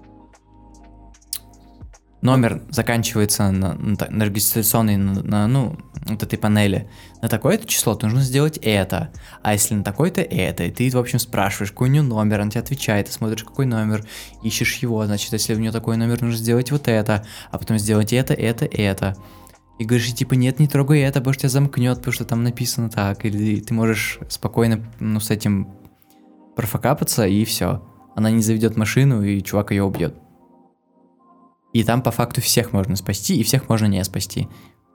номер заканчивается на, на, на регистрационной, на, на, ну, вот этой панели, на такое-то число, то нужно сделать это. А если на такой-то это, и ты, в общем, спрашиваешь, какой у нее номер, он тебе отвечает, ты смотришь, какой номер, ищешь его, значит, если у нее такой номер, нужно сделать вот это, а потом сделать это, это, это. И говоришь, типа, нет, не трогай это, потому что тебя замкнет, потому что там написано так. Или ты можешь спокойно, ну, с этим профокапаться, и все. Она не заведет машину, и чувак ее убьет. И там по факту всех можно спасти, и всех можно не спасти.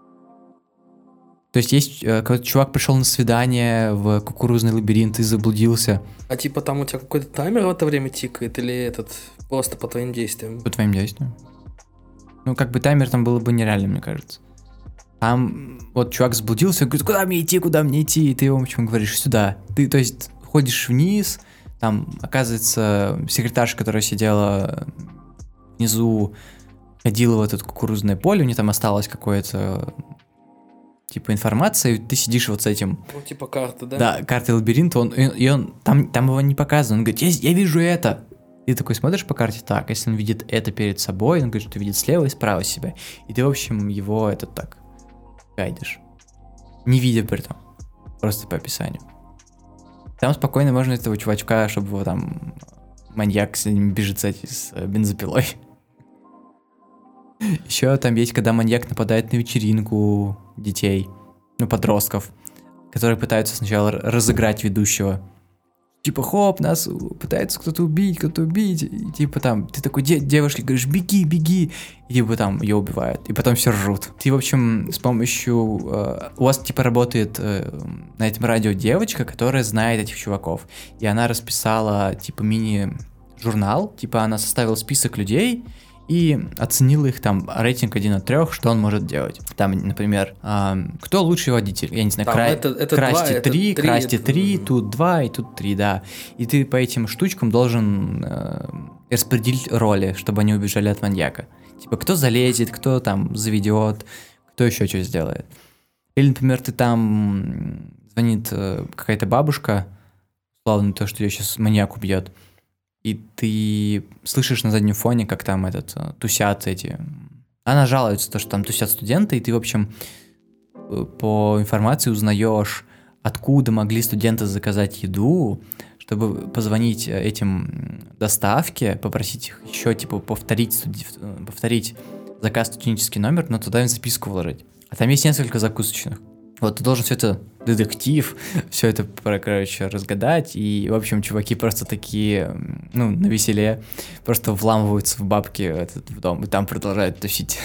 То есть есть э, какой-то чувак пришел на свидание в кукурузный лабиринт и заблудился. А типа там у тебя какой-то таймер в это время тикает или этот просто по твоим действиям? По твоим действиям. Ну, как бы таймер там было бы нереально, мне кажется. Там вот чувак заблудился, говорит, куда мне идти, куда мне идти? И ты ему, в общем, говоришь, сюда. Ты, то есть, ходишь вниз, там, оказывается, секретарша, которая сидела внизу, ходила в это кукурузное поле, у нее там осталось какое-то, типа, информация, и ты сидишь вот с этим... Ну, типа карта, да? Да, карта лабиринта, он, и он, там, там его не показано, он говорит, я, я вижу это. И ты такой смотришь по карте, так, если он видит это перед собой, он говорит, что видит слева и справа себя. И ты, в общем, его, это так, гайдишь. Не видя при этом, просто по описанию. Там спокойно можно этого чувачка, чтобы его там маньяк с ним бежит с бензопилой. Еще там есть, когда маньяк нападает на вечеринку детей, ну, подростков, которые пытаются сначала разыграть ведущего. Типа, хоп, нас пытается кто-то убить, кто-то убить. И типа там, ты такой де- девушке говоришь, беги, беги. И типа там ее убивают. И потом все ржут. Ты, в общем, с помощью... Э, у вас типа работает э, на этом радио девочка, которая знает этих чуваков. И она расписала типа мини-журнал. Типа она составила список людей и оценила их там рейтинг один от трех, что он может делать. Там, например, э, кто лучший водитель? Я не знаю, там кра... это, это Красти два, три, это Красти это... три, тут два и тут три, да. И ты по этим штучкам должен э, распределить роли, чтобы они убежали от маньяка. Типа, кто залезет, кто там заведет, кто еще что сделает. Или, например, ты там звонит э, какая-то бабушка, условно, то, что ее сейчас маньяк убьет. И ты слышишь на заднем фоне, как там этот, тусят эти... Она жалуется, то, что там тусят студенты, и ты, в общем, по информации узнаешь, откуда могли студенты заказать еду, чтобы позвонить этим доставке, попросить их еще, типа, повторить, студи... повторить заказ студенческий номер, но туда им записку вложить. А там есть несколько закусочных. Вот ты должен все это, детектив, все это, короче, разгадать, и, в общем, чуваки просто такие, ну, навеселе, просто вламываются в бабки этот, в дом, и там продолжают тусить.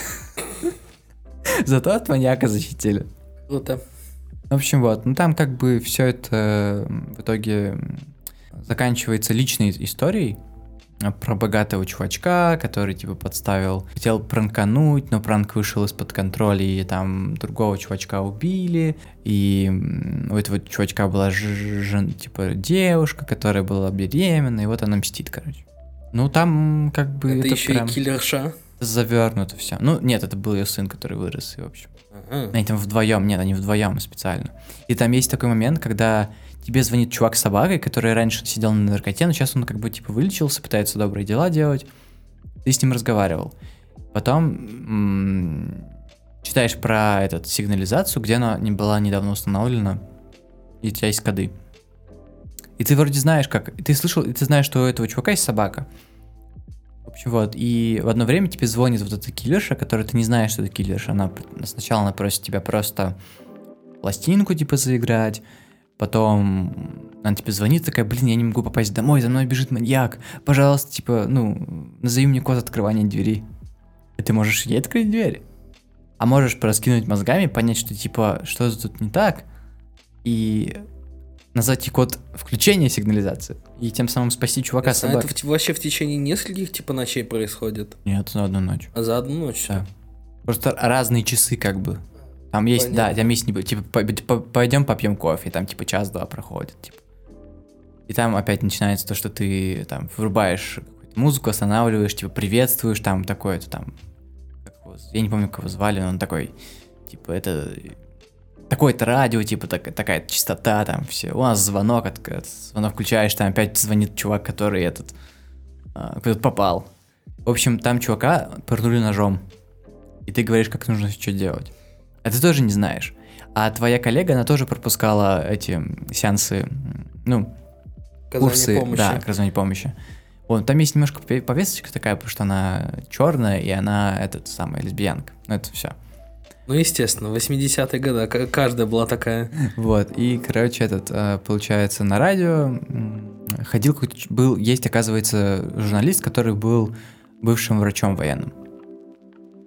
Зато от маньяка защитили. Круто. В общем, вот, ну там как бы все это в итоге заканчивается личной историей про богатого чувачка, который, типа, подставил, хотел пранкануть, но пранк вышел из-под контроля, и там другого чувачка убили, и у этого чувачка была, ж- типа, девушка, которая была беременна, и вот она мстит, короче. Ну, там, как бы, это, это еще прям... и киллерша? Завернуто все. Ну, нет, это был ее сын, который вырос, и, в общем. Ага. Они там вдвоем, нет, они вдвоем специально. И там есть такой момент, когда тебе звонит чувак с собакой, который раньше сидел на наркоте, но сейчас он как бы типа вылечился, пытается добрые дела делать. Ты с ним разговаривал. Потом м- читаешь про этот сигнализацию, где она не была недавно установлена, и у тебя есть коды. И ты вроде знаешь, как... Ты слышал, и ты знаешь, что у этого чувака есть собака. В общем, вот. И в одно время тебе звонит вот эта киллерша, которая ты не знаешь, что это киллерша. Она сначала она просит тебя просто пластинку типа заиграть. Потом она тебе звонит, такая, блин, я не могу попасть домой, за мной бежит маньяк. Пожалуйста, типа, ну, назови мне код открывания двери. И ты можешь ей открыть дверь. А можешь пораскинуть мозгами, понять, что, типа, что-то тут не так. И назвать ей код включения сигнализации. И тем самым спасти чувака с собакой. Это в, вообще в течение нескольких, типа, ночей происходит? Нет, за одну ночь. А за одну ночь? Да. Просто разные часы, как бы. Там есть, Понятно. да, там есть, типа, пойдем попьем кофе, там, типа, час-два проходит, типа. И там опять начинается то, что ты, там, врубаешь какую-то музыку, останавливаешь, типа, приветствуешь, там, такое-то, там, как его, я не помню, как его звали, но он такой, типа, это, такое-то радио, типа, так, такая частота, там, все, у нас звонок, от, от, звонок включаешь, там, опять звонит чувак, который этот, а, куда-то попал. В общем, там чувака пырнули ножом, и ты говоришь, как нужно что делать. А ты тоже не знаешь. А твоя коллега, она тоже пропускала эти сеансы, ну, Оказание курсы, помощи. да, оказание помощи. Вот, там есть немножко повесточка такая, потому что она черная, и она, этот, самая лесбиянка. Ну, это все. Ну, естественно, восьмидесятые годы, каждая была такая. Вот, и, короче, этот, получается, на радио ходил какой-то, был, есть, оказывается, журналист, который был бывшим врачом военным.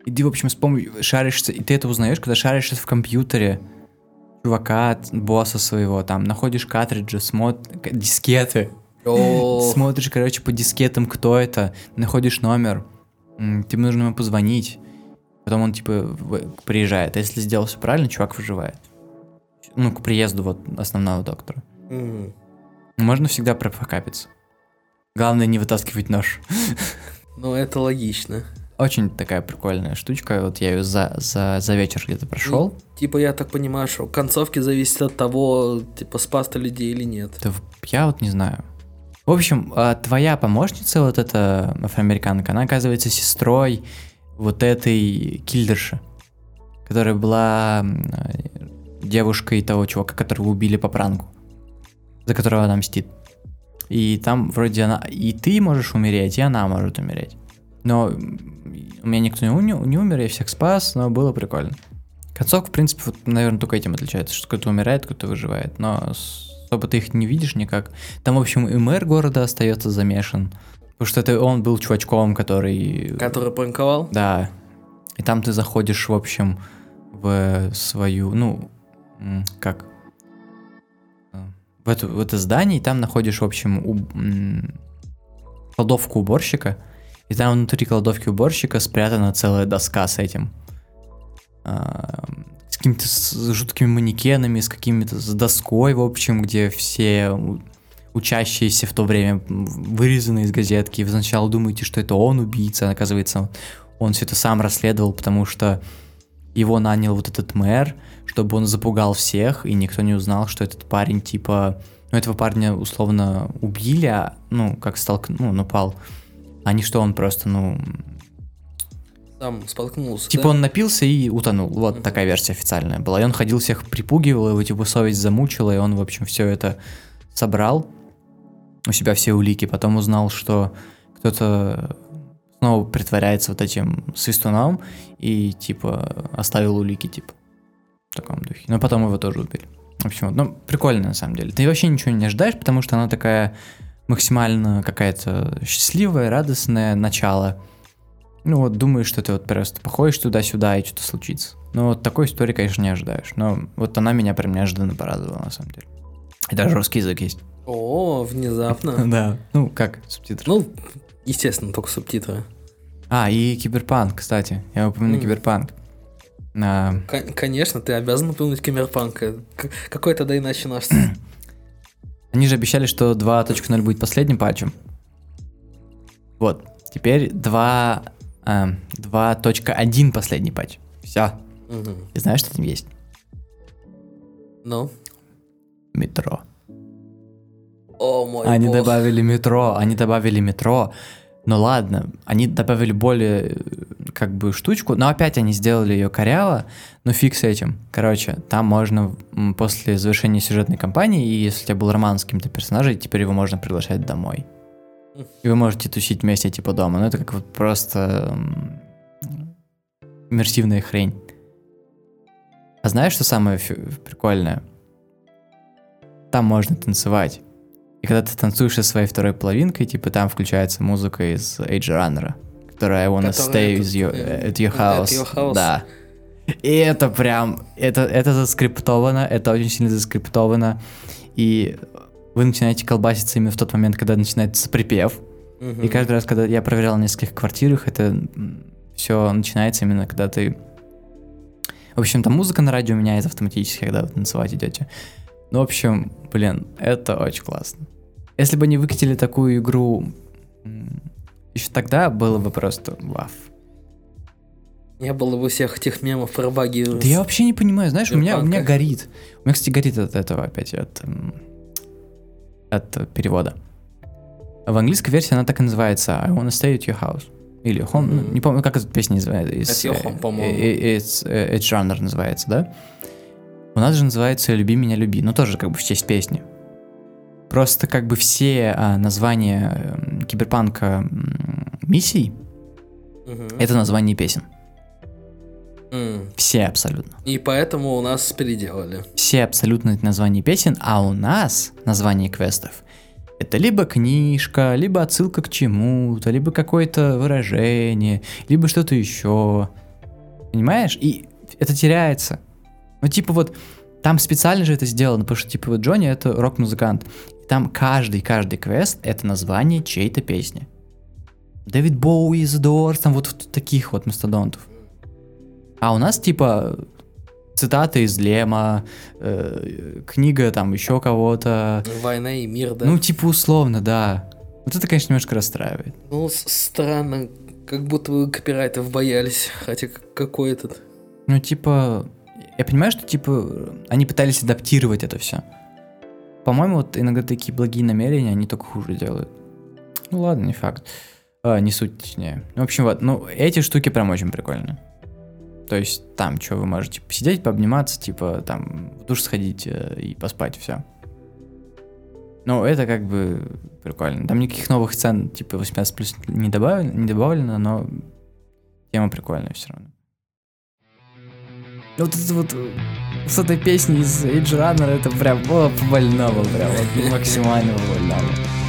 И ты, в общем, с помощью шаришься, и ты это узнаешь, когда шаришься в компьютере чувака, босса своего, там, находишь картриджи, смотришь, дискеты, О, смотришь, короче, по дискетам, кто это, находишь номер, м, тебе нужно ему позвонить, потом он, типа, в- приезжает. А если сделал все правильно, чувак выживает. Ну, к приезду вот основного доктора. м. Можно всегда профокапиться. Главное не вытаскивать нож. Ну, это логично. Очень такая прикольная штучка. Вот я ее за, за, за вечер где-то прошел. Ну, типа, я так понимаю, что концовки зависят от того, типа, спас ты людей или нет. Да в- я вот не знаю. В общем, а, твоя помощница, вот эта афроамериканка, она оказывается сестрой вот этой киллерши, которая была м, э, девушкой того чувака, которого убили по пранку, за которого она мстит. И там вроде она... И ты можешь умереть, и она может умереть. Но м, у меня никто не, уни- не умер, я всех спас, но было прикольно. Концовка, в принципе, вот, наверное, только этим отличается, что кто-то умирает, кто-то выживает, но особо ты их не видишь никак. Там, в общем, и мэр города остается замешан, потому что это он был чувачком, который... Который пранковал? Да. И там ты заходишь, в общем, в свою, ну, м, как... э, В, эту, в это здание, и там находишь, в общем, у- м, кладовку уборщика, и там внутри кладовки уборщика спрятана целая доска с этим. А, с какими-то с жуткими манекенами, с какими-то с доской, в общем, где все у- учащиеся в то время вырезаны из газетки. И вы сначала думаете, что это он убийца, а оказывается, он все это сам расследовал, потому что его нанял вот этот мэр, чтобы он запугал всех, и никто не узнал, что этот парень, типа... Ну, этого парня, условно, убили, а, ну, как столк... ну, напал. А не что он просто, ну... Там споткнулся, Типа да? он напился и утонул. Вот Мгм. такая версия официальная была. И он ходил, всех припугивал, его типа совесть замучила, и он, в общем, все это собрал. У себя все улики. Потом узнал, что кто-то снова притворяется вот этим свистуном и, типа, оставил улики, типа, в таком духе. Но потом его тоже убили. В общем, вот, ну, прикольно на самом деле. Ты вообще ничего не ожидаешь, потому что она такая максимально какая-то счастливая, радостное начало. Ну вот думаешь, что ты вот просто походишь туда-сюда и что-то случится. Ну вот такой истории, конечно, не ожидаешь. Но вот она меня прям неожиданно порадовала, на самом деле. И даже русский язык есть. О, внезапно. Да. Ну, как субтитры. Ну, естественно, только субтитры. А, и Киберпанк, кстати. Я упомяну М. Киберпанк. А, Кон- Конечно, ты обязан упомянуть Киберпанка. К- Какой тогда иначе наш... Они же обещали, что два точка ноль будет последним патчем. Вот. Теперь два, а, два точка один последний патч. Все. Мгм. Ты знаешь, что там есть? Ну? Метро. О, мой Они бог. добавили метро, они добавили метро. Ну ладно, они добавили более э, как бы штучку, но опять они сделали ее коряво, но фиг с этим. Короче, там можно м, после завершения сюжетной кампании, и если у тебя был роман с каким-то персонажем, теперь его можно приглашать домой. И вы можете тусить вместе типа дома. Ну это как вот просто м, иммерсивная хрень. А знаешь, что самое фи- прикольное? Там можно танцевать. И когда ты танцуешь со своей второй половинкой, типа там включается музыка из Age Runner, которая I wanna Которая stay этот, with you, э, at your at house. your house. Да. И это прям, это, это заскриптовано, это очень сильно заскриптовано. И вы начинаете колбаситься именно в тот момент, когда начинается припев. Мгм. И каждый раз, когда я проверял в нескольких квартирах, это все начинается именно, когда ты... В общем, там музыка на радио меняется автоматически, когда вы танцевать идете. Ну, в общем, блин, это очень классно. Если бы они выкатили такую игру еще тогда, было бы просто вау. Не было бы всех этих мемов про баги. Да я вообще не понимаю, знаешь, у меня, у меня Киберпанка. горит. У меня, кстати, горит от этого опять, от, м, от перевода. В английской версии она так и называется I wanna stay at your house. Или home, ну, Мгм. не помню, как эта песня называется. It's, At your home, э, по-моему. э, It's, э, Edge Runner называется, да? У нас же называется «Люби меня, люби», ну тоже как бы в честь песни. Просто как бы все а, названия м, киберпанка м, миссий Мгм. — это название песен. М. Все абсолютно. И поэтому у нас переделали. Все абсолютно это название песен, а у нас название квестов — это либо книжка, либо отсылка к чему-то, либо какое-то выражение, либо что-то еще. Понимаешь? И это теряется. Ну, типа вот, там специально же это сделано, потому что, типа, вот Джонни — это рок-музыкант. И там каждый, каждый квест — это название чьей-то песни. Дэвид Боуи, The Doors, там вот таких вот мастодонтов. А у нас, типа, цитаты из Лема, э, книга там еще кого-то. «Война и мир», да? Ну, типа, условно, да. Вот это, конечно, немножко расстраивает. Ну, с- странно, как будто бы копирайтов боялись, хотя к- какой этот... Ну, типа, я понимаю, что, типа, они пытались адаптировать это все. По-моему, вот иногда такие благие намерения, они только хуже делают. Ну, ладно, не факт. А, не суть, точнее. В общем, вот, ну, эти штуки прям очень прикольные. То есть, там, что вы можете посидеть, пообниматься, типа, там, в душ сходить э, и поспать, все. Ну, это как бы прикольно. Там никаких новых сцен, типа, восемнадцать плюс не добавлено, не добавлено, но тема прикольная все равно. Вот это вот с этой песней из Edge Runner, это прям, о, по-больному, прям, вот, максимально по-больному.